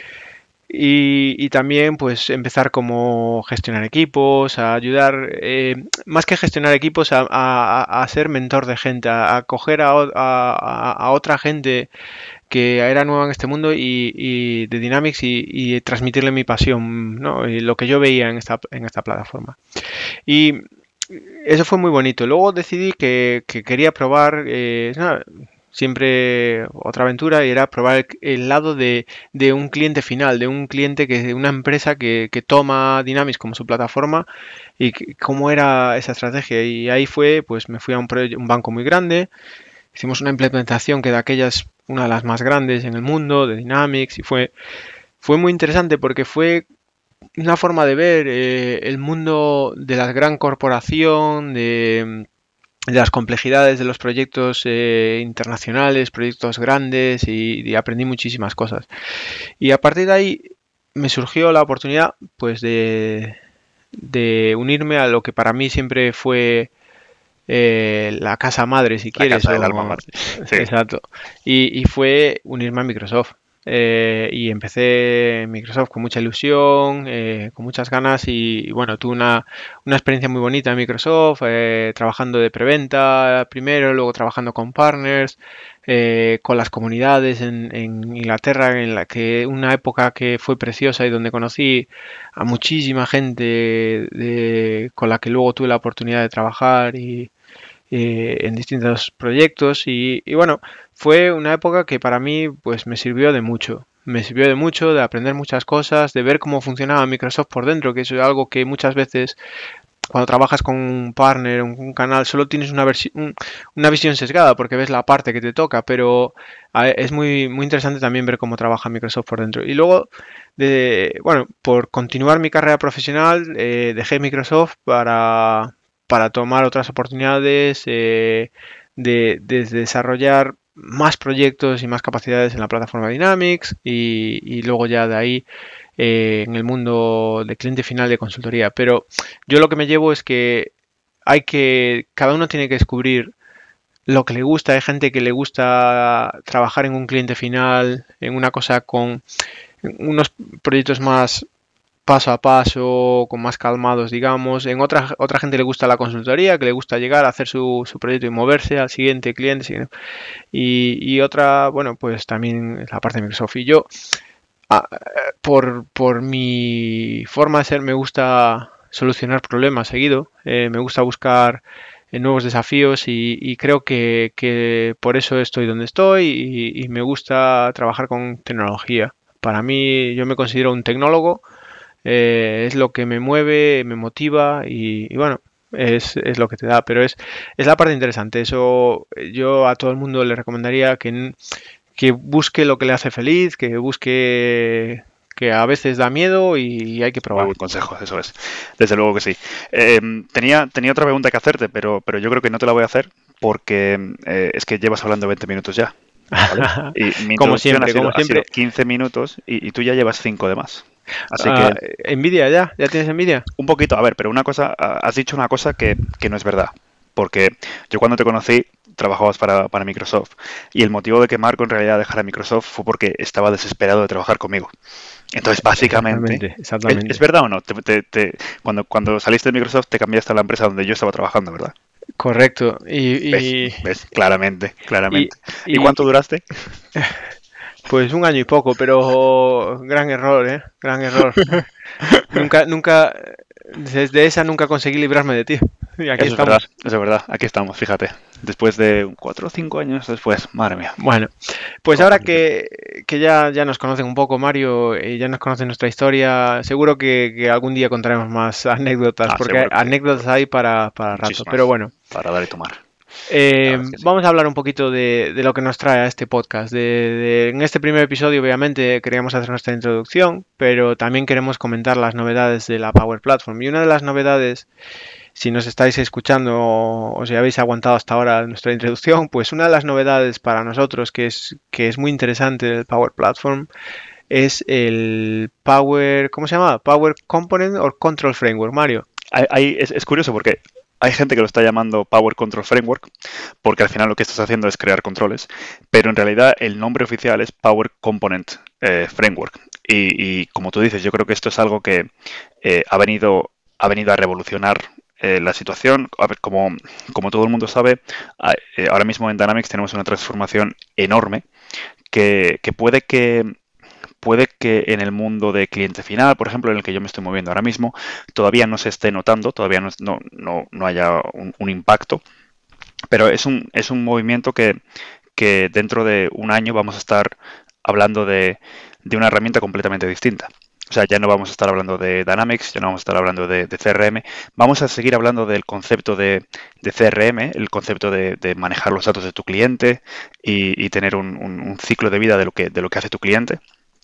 Y, y también pues empezar como gestionar equipos, a ayudar, eh, más que gestionar equipos, a, a- a ser mentor de gente, a, a coger a, o- a- a otra gente que era nueva en este mundo y, y de Dynamics y, y transmitirle mi pasión, ¿no? Y lo que yo veía en esta, en esta plataforma. Y eso fue muy bonito. Luego decidí que, que quería probar, eh, nada, siempre otra aventura y era probar el, el lado de, de un cliente final, de un cliente que, de una empresa que, que toma Dynamics como su plataforma y que- cómo era esa estrategia. Y ahí fue, pues me fui a un, proye- un banco muy grande, hicimos una implementación que de aquellas una de las más grandes en el mundo de Dynamics y fue, fue muy interesante porque fue una forma de ver eh, el mundo de la gran corporación, de, de las complejidades de los proyectos eh, internacionales, proyectos grandes y, y aprendí muchísimas cosas. Y a partir de ahí me surgió la oportunidad pues de, de unirme a lo que para mí siempre fue eh, la casa madre, si La quieres, casa del alma o mater. Sí. exacto. Y, y fue unirme a Microsoft. Eh, y empecé en Microsoft con mucha ilusión, eh, con muchas ganas y, y bueno, tuve una, una experiencia muy bonita en Microsoft, eh, trabajando de preventa primero, luego trabajando con partners, eh, con las comunidades en, en Inglaterra, en la que una época que fue preciosa y donde conocí a muchísima gente de- con la que luego tuve la oportunidad de trabajar y, eh, en distintos proyectos y, y bueno, fue una época que para mí pues me sirvió de mucho. Me sirvió de mucho, de aprender muchas cosas, de ver cómo funcionaba Microsoft por dentro, que eso es algo que muchas veces cuando trabajas con un partner, un, un canal, solo tienes una, versi- un- una visión sesgada porque ves la parte que te toca, pero a- es muy, muy interesante también ver cómo trabaja Microsoft por dentro. Y luego, de, bueno, por continuar mi carrera profesional, eh, dejé Microsoft para, para tomar otras oportunidades eh, de, de desarrollar más proyectos y más capacidades en la plataforma Dynamics y, y luego ya de ahí eh, en el mundo de cliente final de consultoría. Pero yo lo que me llevo es que hay que, cada uno tiene que descubrir lo que le gusta. Hay gente que le gusta trabajar en un cliente final, en una cosa con unos proyectos más paso a paso, con más calmados, digamos. En otra, otra gente le gusta la consultoría, que le gusta llegar a hacer su, su proyecto y moverse al siguiente cliente. Y, y otra, bueno, pues también la parte de Microsoft. Y yo, ah, por, por mi forma de ser, me gusta solucionar problemas seguido, eh, me gusta buscar eh, nuevos desafíos y, y creo que, que por eso estoy donde estoy y, y me gusta trabajar con tecnología. Para mí, yo me considero un tecnólogo, eh, es lo que me mueve, me motiva y, y bueno, es, es lo que te da, pero es, es la parte interesante. Eso eh, yo a todo el mundo le recomendaría que, que busque lo que le hace feliz, que busque que a veces da miedo y hay que Muy probar. buen consejo, eso es. Desde luego que sí. Eh, tenía, tenía otra pregunta que hacerte, pero, pero yo creo que no te la voy a hacer porque eh, es que llevas hablando veinte minutos ya. ¿Vale? Y mi Como introducción ha siempre, como sido, ha sido siempre. quince minutos y, y tú ya llevas cinco de más. Así Uh, que envidia ya, ya tienes envidia. un poquito, a ver, pero una cosa, has dicho una cosa que, que no es verdad. Porque yo cuando te conocí trabajabas para, para Microsoft y el motivo de que Marco en realidad dejara Microsoft fue porque estaba desesperado de trabajar conmigo. Entonces, básicamente, Exactamente, ¿es, es exactamente. verdad o no? Te- te- te- cuando, cuando saliste de Microsoft te cambiaste a la empresa donde yo estaba trabajando, ¿verdad? Correcto. ¿Ves? Y, y, ¿Ves? Claramente, y, claramente. ¿Y y cuánto duraste? pues un año y poco, pero gran error, ¿eh? Gran error. Nunca, nunca, desde esa nunca conseguí librarme de ti. Y aquí Eso es verdad, estamos. eso es verdad. Aquí estamos, fíjate. Después de cuatro o cinco años después, madre mía. Bueno, pues ¿Cómo ahora pasa el tiempo? que, que ya, ya nos conocen un poco, Mario, y ya nos conocen nuestra historia, seguro que, que algún día contaremos más anécdotas, Ah, porque seguro que sí, seguro anécdotas que sí. hay para, para rato. Pero Muchísimas. bueno, Para dar y tomar. La eh, verdad es que sí. vamos a hablar un poquito de, de lo que nos trae a este podcast. De, de- en este primer episodio, obviamente, queríamos hacer nuestra introducción, pero también queremos comentar las novedades de la Power Platform. Y una de las novedades, si nos estáis escuchando o, o si habéis aguantado hasta ahora nuestra introducción, pues una de las novedades para nosotros que es, que es muy interesante del Power Platform es el Power, ¿cómo se llama? Power Component or Control Framework, Mario. Hay- hay- es, es curioso porque hay gente que lo está llamando Power Control Framework, porque al final lo que estás haciendo es crear controles, pero en realidad el nombre oficial es Power Component eh, Framework. Y, y como tú dices, yo creo que esto es algo que eh, ha venido, ha venido a revolucionar eh, la situación. A ver, como, como todo el mundo sabe, a- eh, ahora mismo en Dynamics tenemos una transformación enorme que, que puede que puede que en el mundo de cliente final, por ejemplo, en el que yo me estoy moviendo ahora mismo, todavía no se esté notando, todavía no, no, no, no haya un, un impacto, pero es un, es un movimiento que, que dentro de un año vamos a estar hablando de, de una herramienta completamente distinta. O sea, ya no vamos a estar hablando de Dynamics, ya no vamos a estar hablando de, de C R M, vamos a seguir hablando del concepto de, de C R M, el concepto de, de manejar los datos de tu cliente y, y tener un, un, un, ciclo de vida de lo que, de lo que hace tu cliente.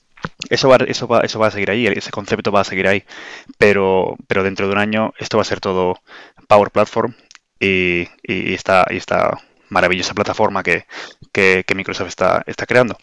Eso va, eso va, eso va a seguir ahí, ese concepto va a seguir ahí, pero, pero dentro de un año esto va a ser todo Power Platform y, y esta, y esta maravillosa plataforma que, que, que Microsoft está, está creando.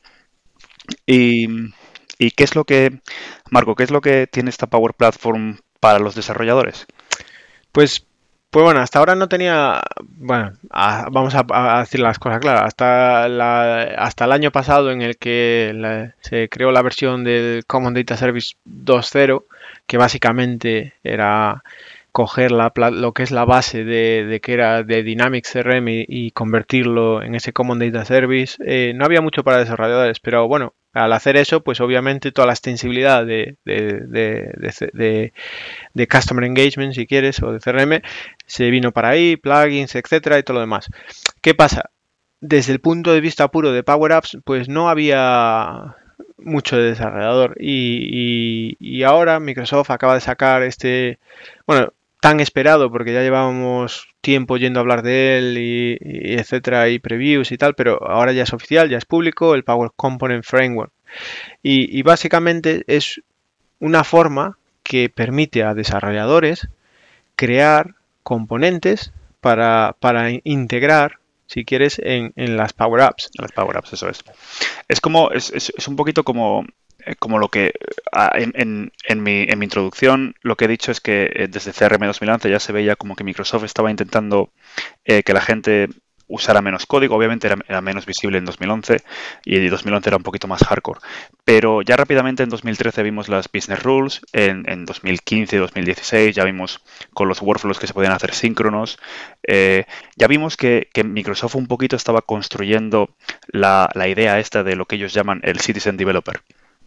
Y, ¿Y qué es lo que, Marco, qué es lo que tiene esta Power Platform para los desarrolladores? Pues, pues bueno, hasta ahora no tenía, bueno, a- vamos a, a decir las cosas claras, hasta, la, hasta el año pasado en el que la- se creó la versión del Common Data Service dos punto cero, que básicamente era coger la, pla- lo que es la base de, de que era de Dynamics C R M y, y convertirlo en ese Common Data Service. Eh, no había mucho para desarrolladores, pero bueno, al hacer eso, pues obviamente toda la extensibilidad de, de, de, de- de- de Customer Engagement, si quieres, o de C R M, se vino para ahí, plugins, etcétera, y todo lo demás. ¿Qué pasa? Desde el punto de vista puro de Power Apps, pues no había mucho de desarrollador y, y, y ahora Microsoft acaba de sacar este, bueno, tan esperado, porque ya llevábamos tiempo yendo a hablar de él y, y etcétera, y previews y tal, pero ahora ya es oficial, ya es público, el Power Component Framework. Y, y básicamente es una forma que permite a desarrolladores crear componentes para, para integrar, si quieres, en, en las Power Apps. Las Power Apps, eso es. Es como, es, es, es un poquito como, como lo que en, en, en, mi, en mi introducción lo que he dicho es que desde C R M dos mil once ya se veía como que Microsoft estaba intentando eh, que la gente usara menos código. Obviamente era, era menos visible en dos mil once y dos mil once era un poquito más hardcore. Pero ya rápidamente en dos mil trece vimos las business rules, en, en dos mil quince y dos mil dieciséis ya vimos con los workflows que se podían hacer síncronos. Eh, ya vimos que, que Microsoft un poquito estaba construyendo la, la idea esta de lo que ellos llaman el Citizen Developer.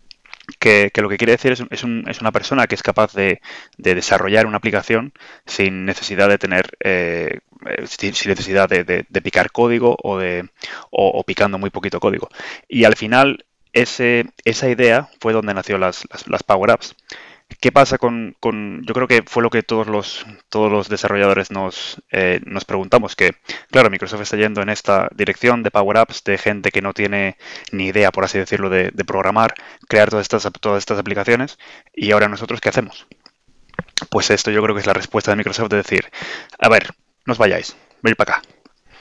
Que, que lo que quiere decir es, es, un, es una persona que es capaz de, de desarrollar una aplicación sin necesidad de tener, eh, sin, sin necesidad de, de, de picar código o, de, o, o picando muy poquito código. Y al final ese, esa idea fue donde nació las, las, las Power Apps. ¿Qué pasa con, con, yo creo que fue lo que todos los, todos los desarrolladores nos, eh, nos preguntamos, que claro, Microsoft está yendo en esta dirección de Power Apps, de gente que no tiene ni idea, por así decirlo, de, de programar, crear todas estas, todas estas aplicaciones, y ahora nosotros, ¿qué hacemos? Pues esto yo creo que es la respuesta de Microsoft de decir, a ver, no os vayáis, venid para acá.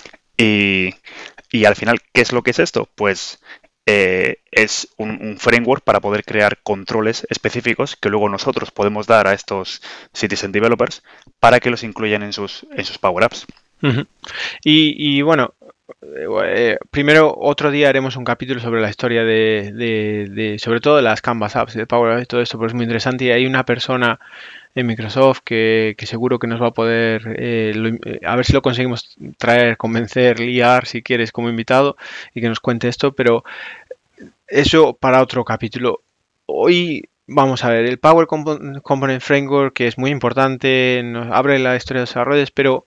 Y, y al final, ¿qué es lo que es esto? Pues Eh, es un, un framework para poder crear controles específicos que luego nosotros podemos dar a estos Citizen Developers para que los incluyan en sus, en sus Power Apps. Uh-huh. Y, y bueno, eh, primero otro día haremos un capítulo sobre la historia de, de, de sobre todo de las Canvas Apps, de Power Apps y todo esto, porque es muy interesante y hay una persona en Microsoft que, que seguro que nos va a poder, eh, lo, a ver si lo conseguimos traer, convencer, liar, si quieres, como invitado y que nos cuente esto, pero eso para otro capítulo. Hoy vamos a ver el Power Component Framework, que es muy importante, nos abre la historia de los desarrollos, pero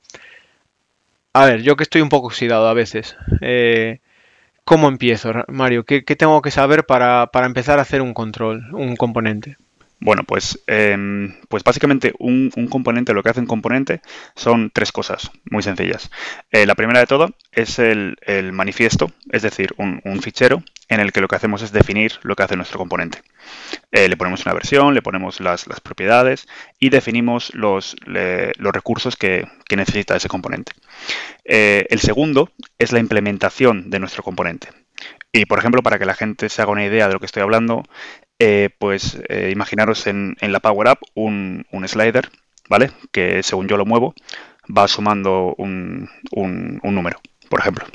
a ver, yo que estoy un poco oxidado a veces, eh, ¿cómo empiezo, Mario? ¿Qué, qué tengo que saber para, para empezar a hacer un control, un componente? Bueno, pues, eh, pues básicamente un, un componente, lo que hace un componente son tres cosas muy sencillas. Eh, la primera de todo es el, el manifiesto, es decir, un, un fichero en el que lo que hacemos es definir lo que hace nuestro componente. Eh, le ponemos una versión, le ponemos las, las propiedades y definimos los, le, los recursos que, que necesita ese componente. Eh, el segundo es la implementación de nuestro componente. Y, por ejemplo, para que la gente se haga una idea de lo que estoy hablando, eh, pues eh, imaginaros en, en la Power App un, un slider, ¿vale? Que según yo lo muevo, va sumando un, un, un número, por ejemplo.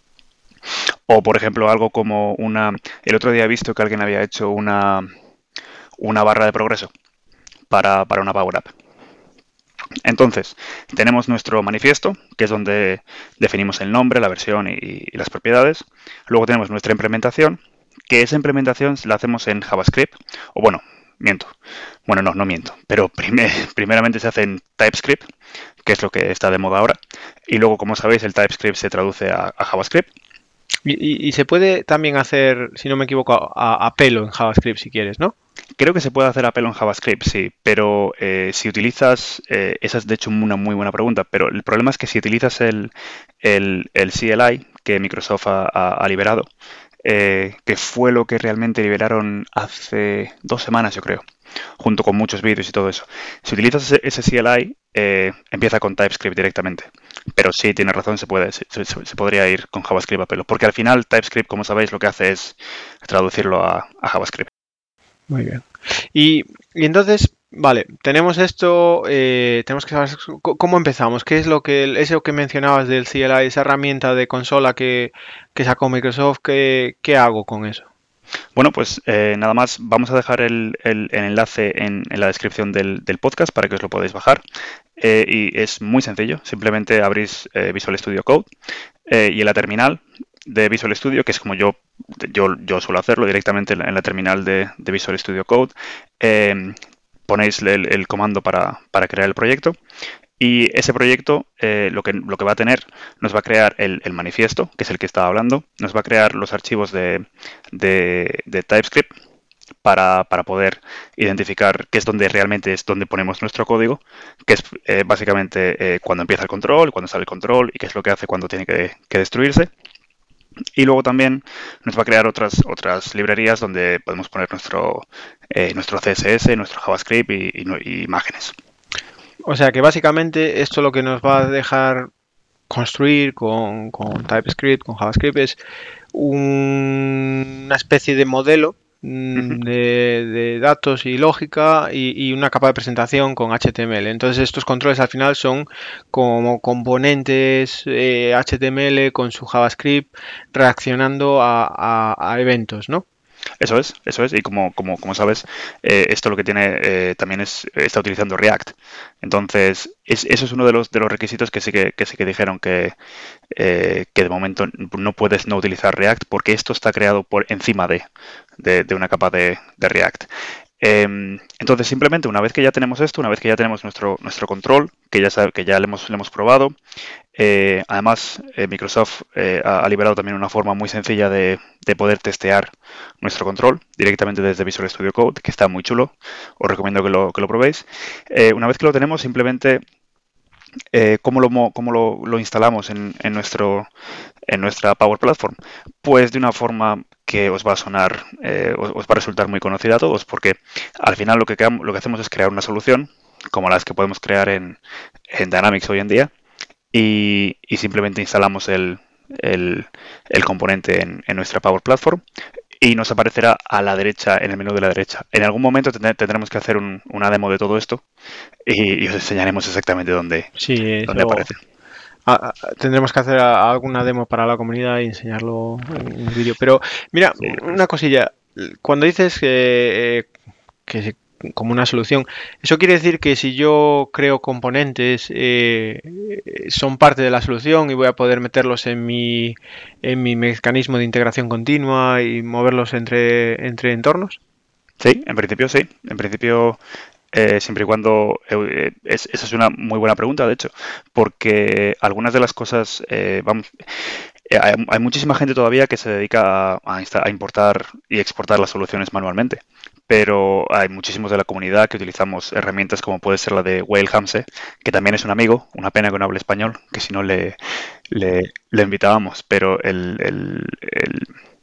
O, por ejemplo, algo como una... El otro día he visto que alguien había hecho una, una barra de progreso para, para una Power App. Entonces, tenemos nuestro manifiesto, que es donde definimos el nombre, la versión y, y las propiedades. Luego tenemos nuestra implementación, que esa implementación la hacemos en JavaScript, o bueno, miento. Bueno, no, no miento, pero primer, primeramente se hace en TypeScript, que es lo que está de moda ahora. Y luego, como sabéis, el TypeScript se traduce a, a JavaScript. Y, y, y se puede también hacer, si no me equivoco, a, a pelo en JavaScript si quieres, ¿no? Creo que se puede hacer a pelo en JavaScript, sí, pero eh, si utilizas, eh, esa es de hecho una muy buena pregunta, pero el problema es que si utilizas el, el, el C L I que Microsoft ha, ha, ha liberado, eh, que fue lo que realmente liberaron hace dos semanas, yo creo, junto con muchos vídeos y todo eso. Si utilizas ese, ese C L I, eh, empieza con TypeScript directamente. Pero sí, tienes razón, se puede, se, se, se podría ir con JavaScript a pelo, porque al final TypeScript, como sabéis, lo que hace es traducirlo a, a JavaScript. Muy bien. Y, y entonces, vale, tenemos esto, eh, tenemos que saber cómo empezamos, qué es lo que, eso que mencionabas del C L I, esa herramienta de consola que, que sacó Microsoft, ¿qué, qué hago con eso? Bueno, pues eh, nada más, vamos a dejar el, el, el enlace en, en la descripción del, del podcast para que os lo podáis bajar. Eh, y es muy sencillo, simplemente abrís eh, Visual Studio Code eh, y en la terminal de Visual Studio, que es como yo, yo, yo suelo hacerlo directamente en la terminal de, de Visual Studio Code, eh, ponéis el, el comando para, para crear el proyecto. Y ese proyecto eh, lo, que, lo que va a tener, nos va a crear el, el manifiesto, que es el que estaba hablando, nos va a crear los archivos de, de, de TypeScript, para, para poder identificar qué es donde realmente es donde ponemos nuestro código, que es eh, básicamente eh, cuando empieza el control, cuando sale el control y qué es lo que hace cuando tiene que, que destruirse. Y luego también nos va a crear otras, otras librerías donde podemos poner nuestro, eh, nuestro C S S, nuestro JavaScript y, y, y imágenes. O sea que básicamente esto lo que nos va a dejar construir con, con TypeScript, con JavaScript, es un, una especie de modelo Uh-huh. de, de datos y lógica y, y una capa de presentación con H T M L. Entonces estos controles al final son como componentes eh, H T M L con su JavaScript reaccionando a, a, a eventos, ¿no? Eso es, eso es. Y como, como, como sabes, eh, esto lo que tiene eh, también es, está utilizando React. Entonces, es, eso es uno de los, de los requisitos que sí que, que sí que dijeron que, eh, que de momento no puedes no utilizar React porque esto está creado por encima de, de, de una capa de, de React. Eh, entonces, simplemente una vez que ya tenemos esto, una vez que ya tenemos nuestro, nuestro control, que ya, sabe, que ya le hemos, le hemos probado, eh, además eh, Microsoft eh, ha, ha liberado también una forma muy sencilla de, de poder testear nuestro control directamente desde Visual Studio Code, que está muy chulo. Os recomiendo que lo, que lo probéis. Eh, una vez que lo tenemos, simplemente eh, ¿cómo, lo, cómo lo, lo instalamos en, en, nuestro, en nuestra Power Platform? Pues de una forma que os va a sonar, eh, os, os va a resultar muy conocida a todos, porque al final lo que, lo que hacemos es crear una solución, como las que podemos crear en, en Dynamics hoy en día, y, y simplemente instalamos el, el, el componente en, en nuestra Power Platform y nos aparecerá a la derecha, en el menú de la derecha. En algún momento tendremos que hacer un, una demo de todo esto y, y os enseñaremos exactamente dónde, sí, dónde aparece. A, a, tendremos que hacer a, alguna demo para la comunidad y enseñarlo en un vídeo. Pero mira, sí, pues. Una cosilla. Cuando dices que, eh, que como una solución, ¿eso quiere decir que si yo creo componentes eh, son parte de la solución y voy a poder meterlos en mi, en mi mecanismo de integración continua y moverlos entre, entre entornos? Sí, en principio sí. En principio... Eh, siempre y cuando... Eh, es, esa es una muy buena pregunta, de hecho, porque algunas de las cosas... Eh, vamos, eh, hay, hay muchísima gente todavía que se dedica a, a importar y exportar las soluciones manualmente, pero hay muchísimos de la comunidad que utilizamos herramientas como puede ser la de Whale Hamse, que también es un amigo, una pena que no hable español, que si no le, le, le invitábamos, pero el... el, el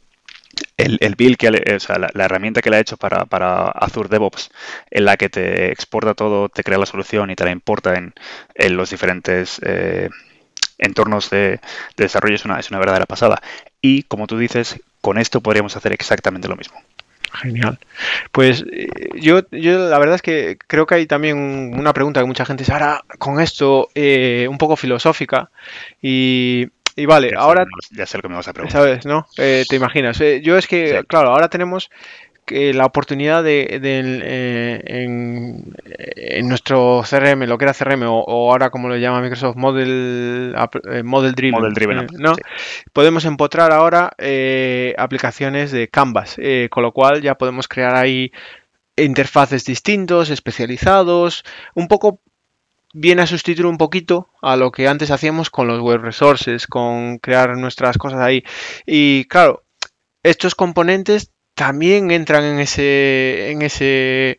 El, el build, que le, o sea, la, la herramienta que le ha hecho para, para Azure DevOps, en la que te exporta todo, te crea la solución y te la importa en, en los diferentes eh, entornos de, de desarrollo, es una, es una verdadera pasada. Y como tú dices, con esto podríamos hacer exactamente lo mismo. Genial. Pues yo, yo la verdad es que creo que hay también una pregunta que mucha gente se hará con esto, eh, un poco filosófica, y... Y vale, ya ahora... Sé, ya sé lo que me vas a preguntar. ¿Sabes, no? Eh, te imaginas. Eh, yo es que, sí. Claro, ahora tenemos que la oportunidad de, de eh, en, en nuestro C R M, lo que era C R M, o, o ahora como lo llama Microsoft, Model, eh, Model Driven, Model Driven eh, ¿no? Sí. Podemos empotrar ahora eh, aplicaciones de Canvas, eh, con lo cual ya podemos crear ahí interfaces distintos, especializados, un poco... viene a sustituir un poquito a lo que antes hacíamos con los web resources, con crear nuestras cosas ahí. Y claro, estos componentes también entran en ese, en ese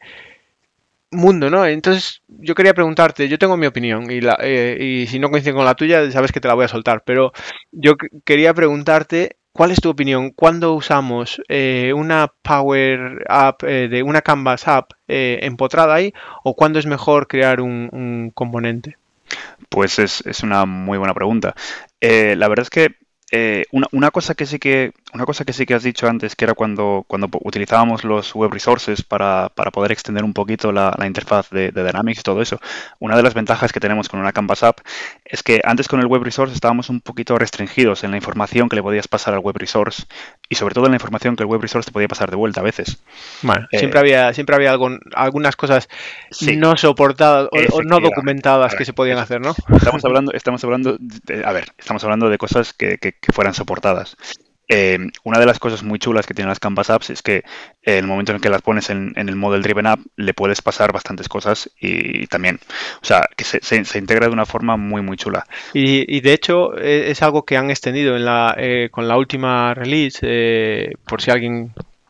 mundo, ¿no? Entonces yo quería preguntarte, yo tengo mi opinión y, la, eh, y si no coincide con la tuya, sabes que te la voy a soltar, pero yo quería preguntarte, ¿cuál es tu opinión? ¿Cuándo usamos eh, una Power App, eh, de una Canvas App eh, empotrada ahí, o cuándo es mejor crear un, un componente? Pues es, es, una muy buena pregunta. Eh, la verdad es que eh, una, una cosa que sí que una cosa que sí que has dicho antes, que era cuando, cuando utilizábamos los web resources para, para poder extender un poquito la, la interfaz de, de Dynamics y todo eso. Una de las ventajas que tenemos con una Canvas App es que antes con el web resource estábamos un poquito restringidos en la información que le podías pasar al web resource y sobre todo en la información que el web resource te podía pasar de vuelta a veces. Bueno, eh, siempre había siempre había algo, algunas cosas sí, no soportadas o, o no documentadas que se podían eso. hacer, ¿no? Estamos hablando, estamos hablando, de, a ver, estamos hablando de cosas que, que, que fueran soportadas. Eh, una de las cosas muy chulas que tienen las Canvas Apps es que en el momento en que las pones en, en el Model Driven App le puedes pasar bastantes cosas y también, o sea, que se, se, se integra de una forma muy muy chula. Y, y de hecho es algo que han extendido en la eh, con la última release, eh, por si alguien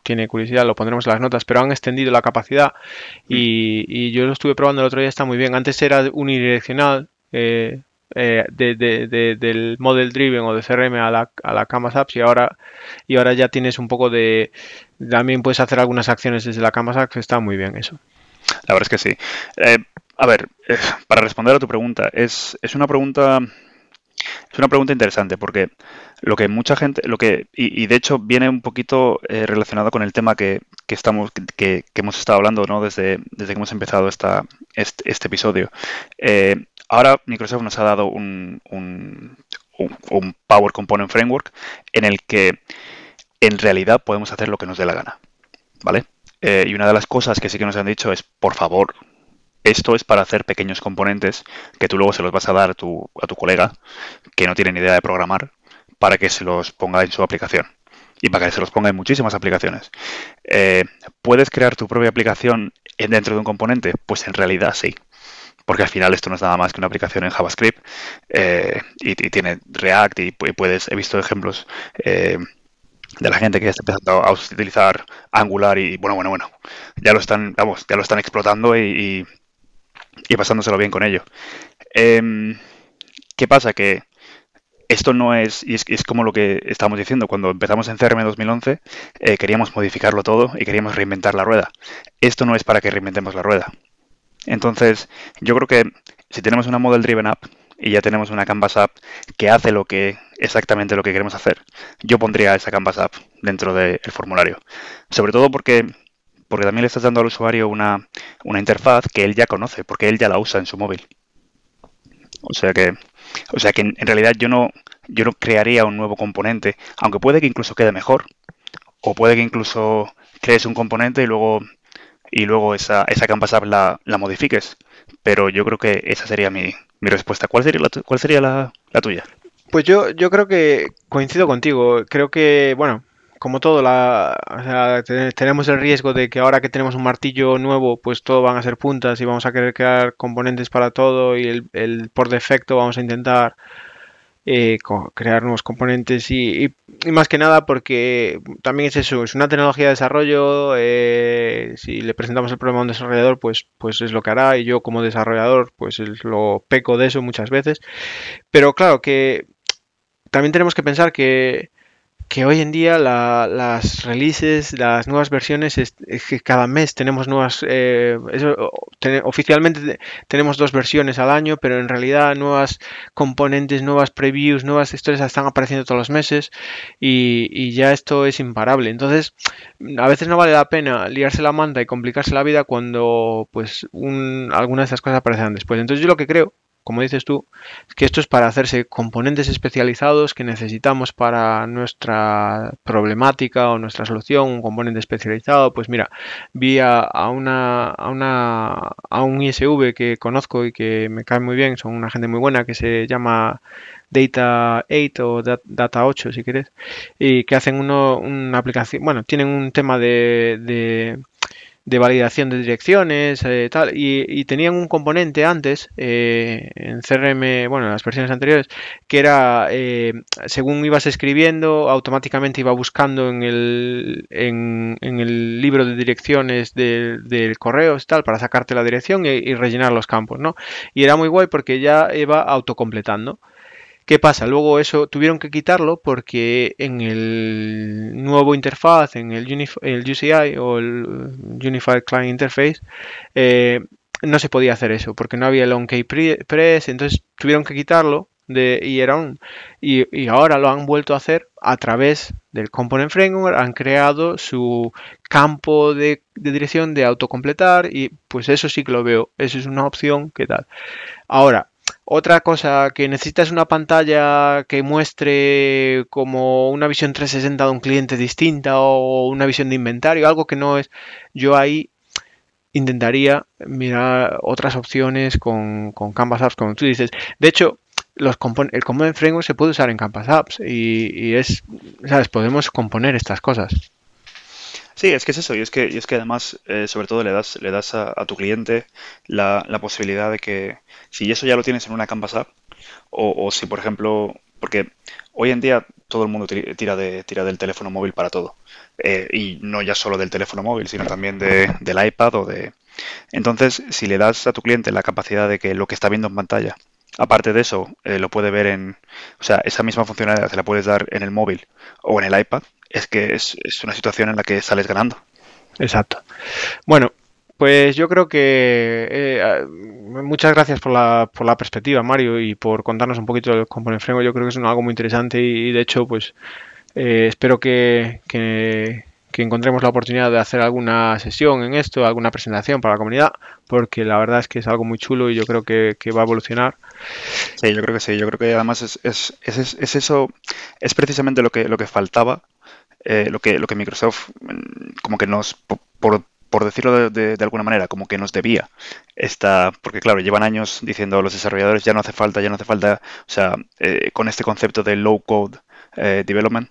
tiene curiosidad, lo pondremos en las notas, pero han extendido la capacidad Mm. y, y yo lo estuve probando el otro día, está muy bien. Antes era unidireccional, eh, eh, de, de- de- del Model Driven o de C R M a la, a la Canvas Apps y ahora, y ahora ya tienes un poco de... También puedes hacer algunas acciones desde la Canvas Apps, está muy bien eso. La verdad es que sí. Eh, a ver, eh, para responder a tu pregunta, es, es una pregunta es una pregunta interesante porque lo que mucha gente, lo que y, y de hecho viene un poquito eh, relacionado con el tema que, que estamos que, que hemos estado hablando, ¿no? Desde, desde que hemos empezado esta, este, este episodio. Eh, ahora Microsoft nos ha dado un, un, un- un Power Component Framework en el que en realidad podemos hacer lo que nos dé la gana, ¿vale? Eh, y una de las cosas que sí que nos han dicho es, por favor, esto es para hacer pequeños componentes que tú luego se los vas a dar a tu, a tu colega que no tiene ni idea de programar para que se los ponga en su aplicación y para que se los ponga en muchísimas aplicaciones. Eh, ¿Puedes crear tu propia aplicación en- dentro de un componente? Pues en realidad sí, porque al final esto no es nada más que una aplicación en JavaScript eh, y, y tiene React y, pu- y puedes, he visto ejemplos eh, de la gente que está empezando a utilizar Angular y bueno, bueno, bueno, ya lo están, vamos, ya lo están explotando y, y- y pasándoselo bien con ello. Em, ¿Qué pasa? Que esto no es, y es, es como lo que estábamos diciendo, cuando empezamos en C R M dos mil once, eh, queríamos modificarlo todo y queríamos reinventar la rueda. Esto no es para que reinventemos la rueda. Entonces, yo creo que si tenemos una Model Driven App y ya tenemos una Canvas App que hace lo que exactamente lo que queremos hacer, yo pondría esa Canvas App dentro del formulario. Sobre todo porque, porque también le estás dando al usuario una, una interfaz que él ya conoce, porque él ya la usa en su móvil. O sea que, o sea que en, en realidad yo no, yo no crearía un nuevo componente, aunque puede que incluso quede mejor, o puede que incluso crees un componente y luego y luego esa, esa Canvas App la, la modifiques. Pero yo creo que esa sería mi, mi respuesta. ¿Cuál sería la, tu- cuál sería la, la tuya? Pues yo, yo creo que coincido contigo. Creo que, bueno, como todo, la, o sea, te- tenemos el riesgo de que ahora que tenemos un martillo nuevo, pues todo van a ser puntas y vamos a querer crear componentes para todo y el, el- por defecto vamos a intentar eh, co- crear nuevos componentes y, y- y más que nada porque también es eso, es una tecnología de desarrollo. Eh, si le presentamos el problema a un desarrollador, pues, pues es lo que hará y yo como desarrollador, pues es- lo peco de eso muchas veces. Pero claro que también tenemos que pensar que, que hoy en día la- las releases, las nuevas versiones, es, es que cada mes tenemos nuevas... eh, eso, te- oficialmente te- tenemos dos versiones al año, pero en realidad nuevas componentes, nuevas previews, nuevas historias están apareciendo todos los meses y, y ya esto es imparable. Entonces, a veces no vale la pena liarse la manta y complicarse la vida cuando pues un, algunas de esas cosas aparecerán después. Entonces yo lo que creo, como dices tú, que esto es para hacerse componentes especializados que necesitamos para nuestra problemática o nuestra solución, un componente especializado. Pues mira, vi a, a una, a una a un I S V que conozco y que me cae muy bien, son una gente muy buena que se llama Data ocho o Data ocho si quieres, y que hacen uno, una aplicación, bueno, tienen un tema de, de de validación de direcciones, eh, tal, y, y, tenían un componente antes eh, en C R M, bueno, en las versiones anteriores, que era, eh, según ibas escribiendo, automáticamente iba buscando en el, en, en el libro de direcciones del de correos, tal, para sacarte la dirección y, y rellenar los campos, ¿no? Y era muy guay porque ya iba autocompletando. ¿Qué pasa? Luego eso tuvieron que quitarlo porque en el nuevo interfaz, en el, Unif el U C I o el Unified Client Interface, eh, no se podía hacer eso porque no había el OnKey Press, entonces tuvieron que quitarlo de, y, era un, y, y ahora lo han vuelto a hacer a través del Component Framework, han creado su campo de, de dirección de autocompletar y pues eso sí que lo veo, eso es una opción que tal. Ahora, otra cosa que necesitas una pantalla que muestre como una visión trescientos sesenta de un cliente distinta o una visión de inventario, algo que no es. Yo ahí intentaría mirar otras opciones con, con Canvas Apps, como tú dices. De hecho, los el Component Framework se puede usar en Canvas Apps y, y es, ¿sabes? Podemos componer estas cosas. Sí, es que es eso, y es que, y es que además, eh, sobre todo, le das, le das a, a tu cliente la, la posibilidad de que, si eso ya lo tienes en una Canvas App, o, o si, por ejemplo, porque hoy en día todo el mundo ti- tira, de, tira del teléfono móvil para todo. Eh, y no ya solo del teléfono móvil, sino también de, del iPad o de... Entonces, si le das a tu cliente la capacidad de que lo que está viendo en pantalla, aparte de eso, eh, lo puede ver en... O sea, esa misma funcionalidad se la puedes dar en el móvil o en el iPad, es que es, es una situación en la que sales ganando. Exacto. Bueno, pues yo creo que eh, ah, muchas gracias por la, por la perspectiva, Mario, y por contarnos un poquito del Component Framework. Yo creo que es un- algo muy interesante y, y de hecho, pues eh, espero que, que, que encontremos la oportunidad de hacer alguna sesión en esto, alguna presentación para la comunidad, porque la verdad es que es algo muy chulo y yo creo que, que va a evolucionar. Sí, yo creo que sí, yo creo que además es, es, es, es- es eso, es precisamente lo que, lo que faltaba, eh, lo que, lo que Microsoft mm, como que nos, po- por, por decirlo de, de- de alguna manera, como que nos debía esta, porque claro, llevan años diciendo a los desarrolladores ya no hace falta, ya no hace falta, o sea, eh, con este concepto de low code eh, development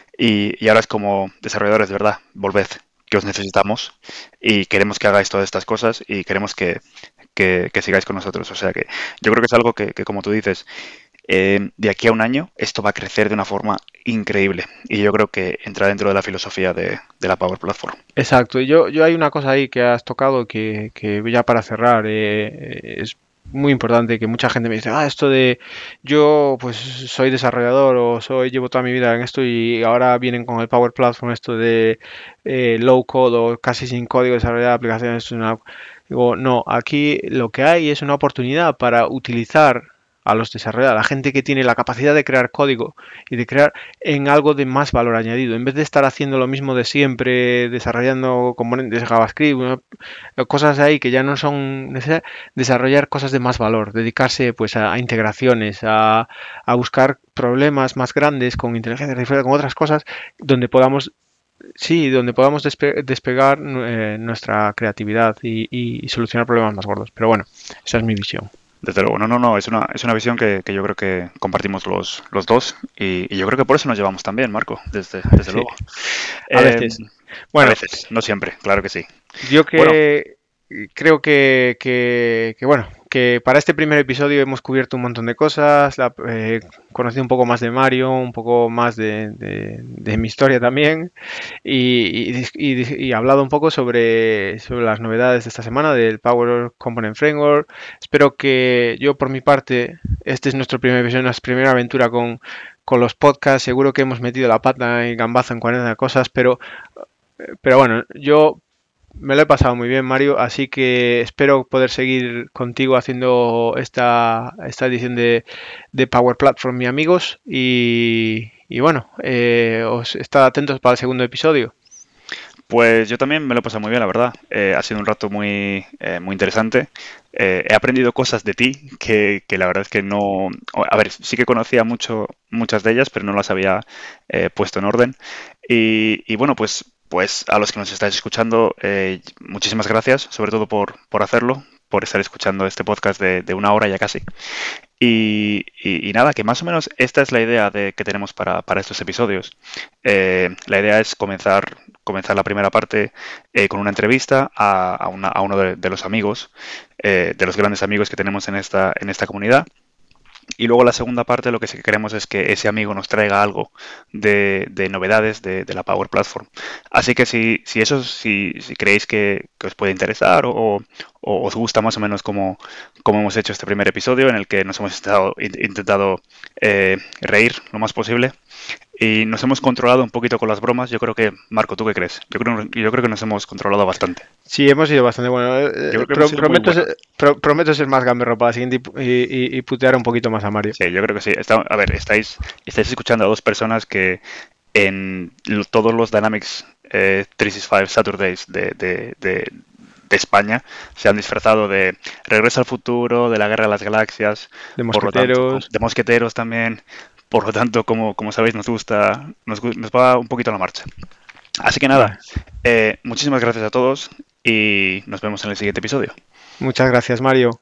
y, y ahora es como desarrolladores de verdad, volved, que os necesitamos y queremos que hagáis todas estas cosas y queremos que, que, que sigáis con nosotros. O sea que yo creo que es algo que, que como tú dices, eh, de aquí a un año esto va a crecer de una forma increíble y yo creo que entra dentro de la filosofía de, de la Power Platform. Exacto, y yo, yo hay una cosa ahí que has tocado que, que ya para cerrar eh, es muy importante que mucha gente me dice, ah, esto de yo pues soy desarrollador o soy llevo toda mi vida en esto y ahora vienen con el Power Platform esto de eh, low code o casi sin código desarrollar aplicaciones. Es una... Digo, no, aquí lo que hay es una oportunidad para utilizar a los desarrolladores, a la gente que tiene la capacidad de crear código y de crear en algo de más valor añadido. En vez de estar haciendo lo mismo de siempre, desarrollando componentes de JavaScript, ¿no? Cosas ahí que ya no son necesarias, desarrollar cosas de más valor, dedicarse pues a, a integraciones, a, a, buscar problemas más grandes con inteligencia artificial, con otras cosas, donde podamos sí, donde podamos despe despegar eh, nuestra creatividad y, y, y solucionar problemas más gordos. Pero bueno, esa es mi visión. Desde luego, no, no, no, es una, es una visión que, que yo creo que compartimos los, los dos y, y yo creo que por eso nos llevamos tan bien, Marco, desde, desde Sí, luego. a Eh, veces. a Bueno, veces, no siempre, claro que sí. yo Bueno, que creo que, que, que, bueno, que para este primer episodio hemos cubierto un montón de cosas, la, eh, conocido un poco más de Mario, un poco más de, de, de mi historia también y, y, y, y hablado un poco sobre, sobre las novedades de esta semana del Power Component Framework. Espero que yo por mi parte, este es nuestro primer episodio, nuestra primera aventura con, con los podcasts, seguro que hemos metido la pata y gambazo en cuarenta cosas, pero, pero bueno, yo me lo he pasado muy bien, Mario, así que espero poder seguir contigo haciendo esta, esta edición de, de Power Platform, mis amigos, y, y bueno, eh, os estad atentos para el segundo episodio. pues yo también me lo he pasado muy bien, la verdad. Eh, ha sido un rato muy, eh, muy interesante. Eh, he aprendido cosas de ti que, que la verdad es que no... A ver, sí que conocía mucho, muchas de ellas, pero no las había eh, puesto en orden. Y, y bueno, pues, pues a los que nos estáis escuchando, eh, muchísimas gracias, sobre todo por, por hacerlo, por estar escuchando este podcast de, de una hora ya casi. Y, y- y nada, que más o menos esta es la idea de, que tenemos para, para estos episodios. Eh, la idea es comenzar, comenzar la primera parte eh, con una entrevista a, a una- a uno de, de los amigos, eh, de los grandes amigos que tenemos en esta, en esta comunidad. Y luego la segunda parte lo que sí que queremos es que ese amigo nos traiga algo de, de novedades de, de la Power Platform. Así que si, si eso, si, si creéis que, que os puede interesar o, o os gusta más o menos como, como hemos hecho este primer episodio en el que nos hemos estado, in- intentado eh, reír lo más posible y nos hemos controlado un poquito con las bromas, yo creo que, Marco, ¿tú qué crees? Yo creo, yo creo que nos hemos controlado bastante. Sí, hemos sido bastante buenos. Yo Eh, creo que hemos pro- sido muy prometo, buenos. ser, pro- prometo ser más gamberro para la siguiente y, pu- y- y- y putear un poquito más a Mario. Sí, yo creo que sí. Está- a ver, estáis, estáis escuchando a dos personas que en lo- todos los Dynamics eh, trescientos sesenta y cinco Saturdays de, de- de- de España se han disfrazado de Regreso al futuro, de la Guerra de las Galaxias, De por lo tanto, mosqueteros. de mosqueteros también. Por lo tanto, como, como sabéis, nos gusta, nos, gu- nos va un poquito la marcha. Así que nada, Vale. eh, muchísimas gracias a todos y nos vemos en el siguiente episodio. Muchas gracias, Mario.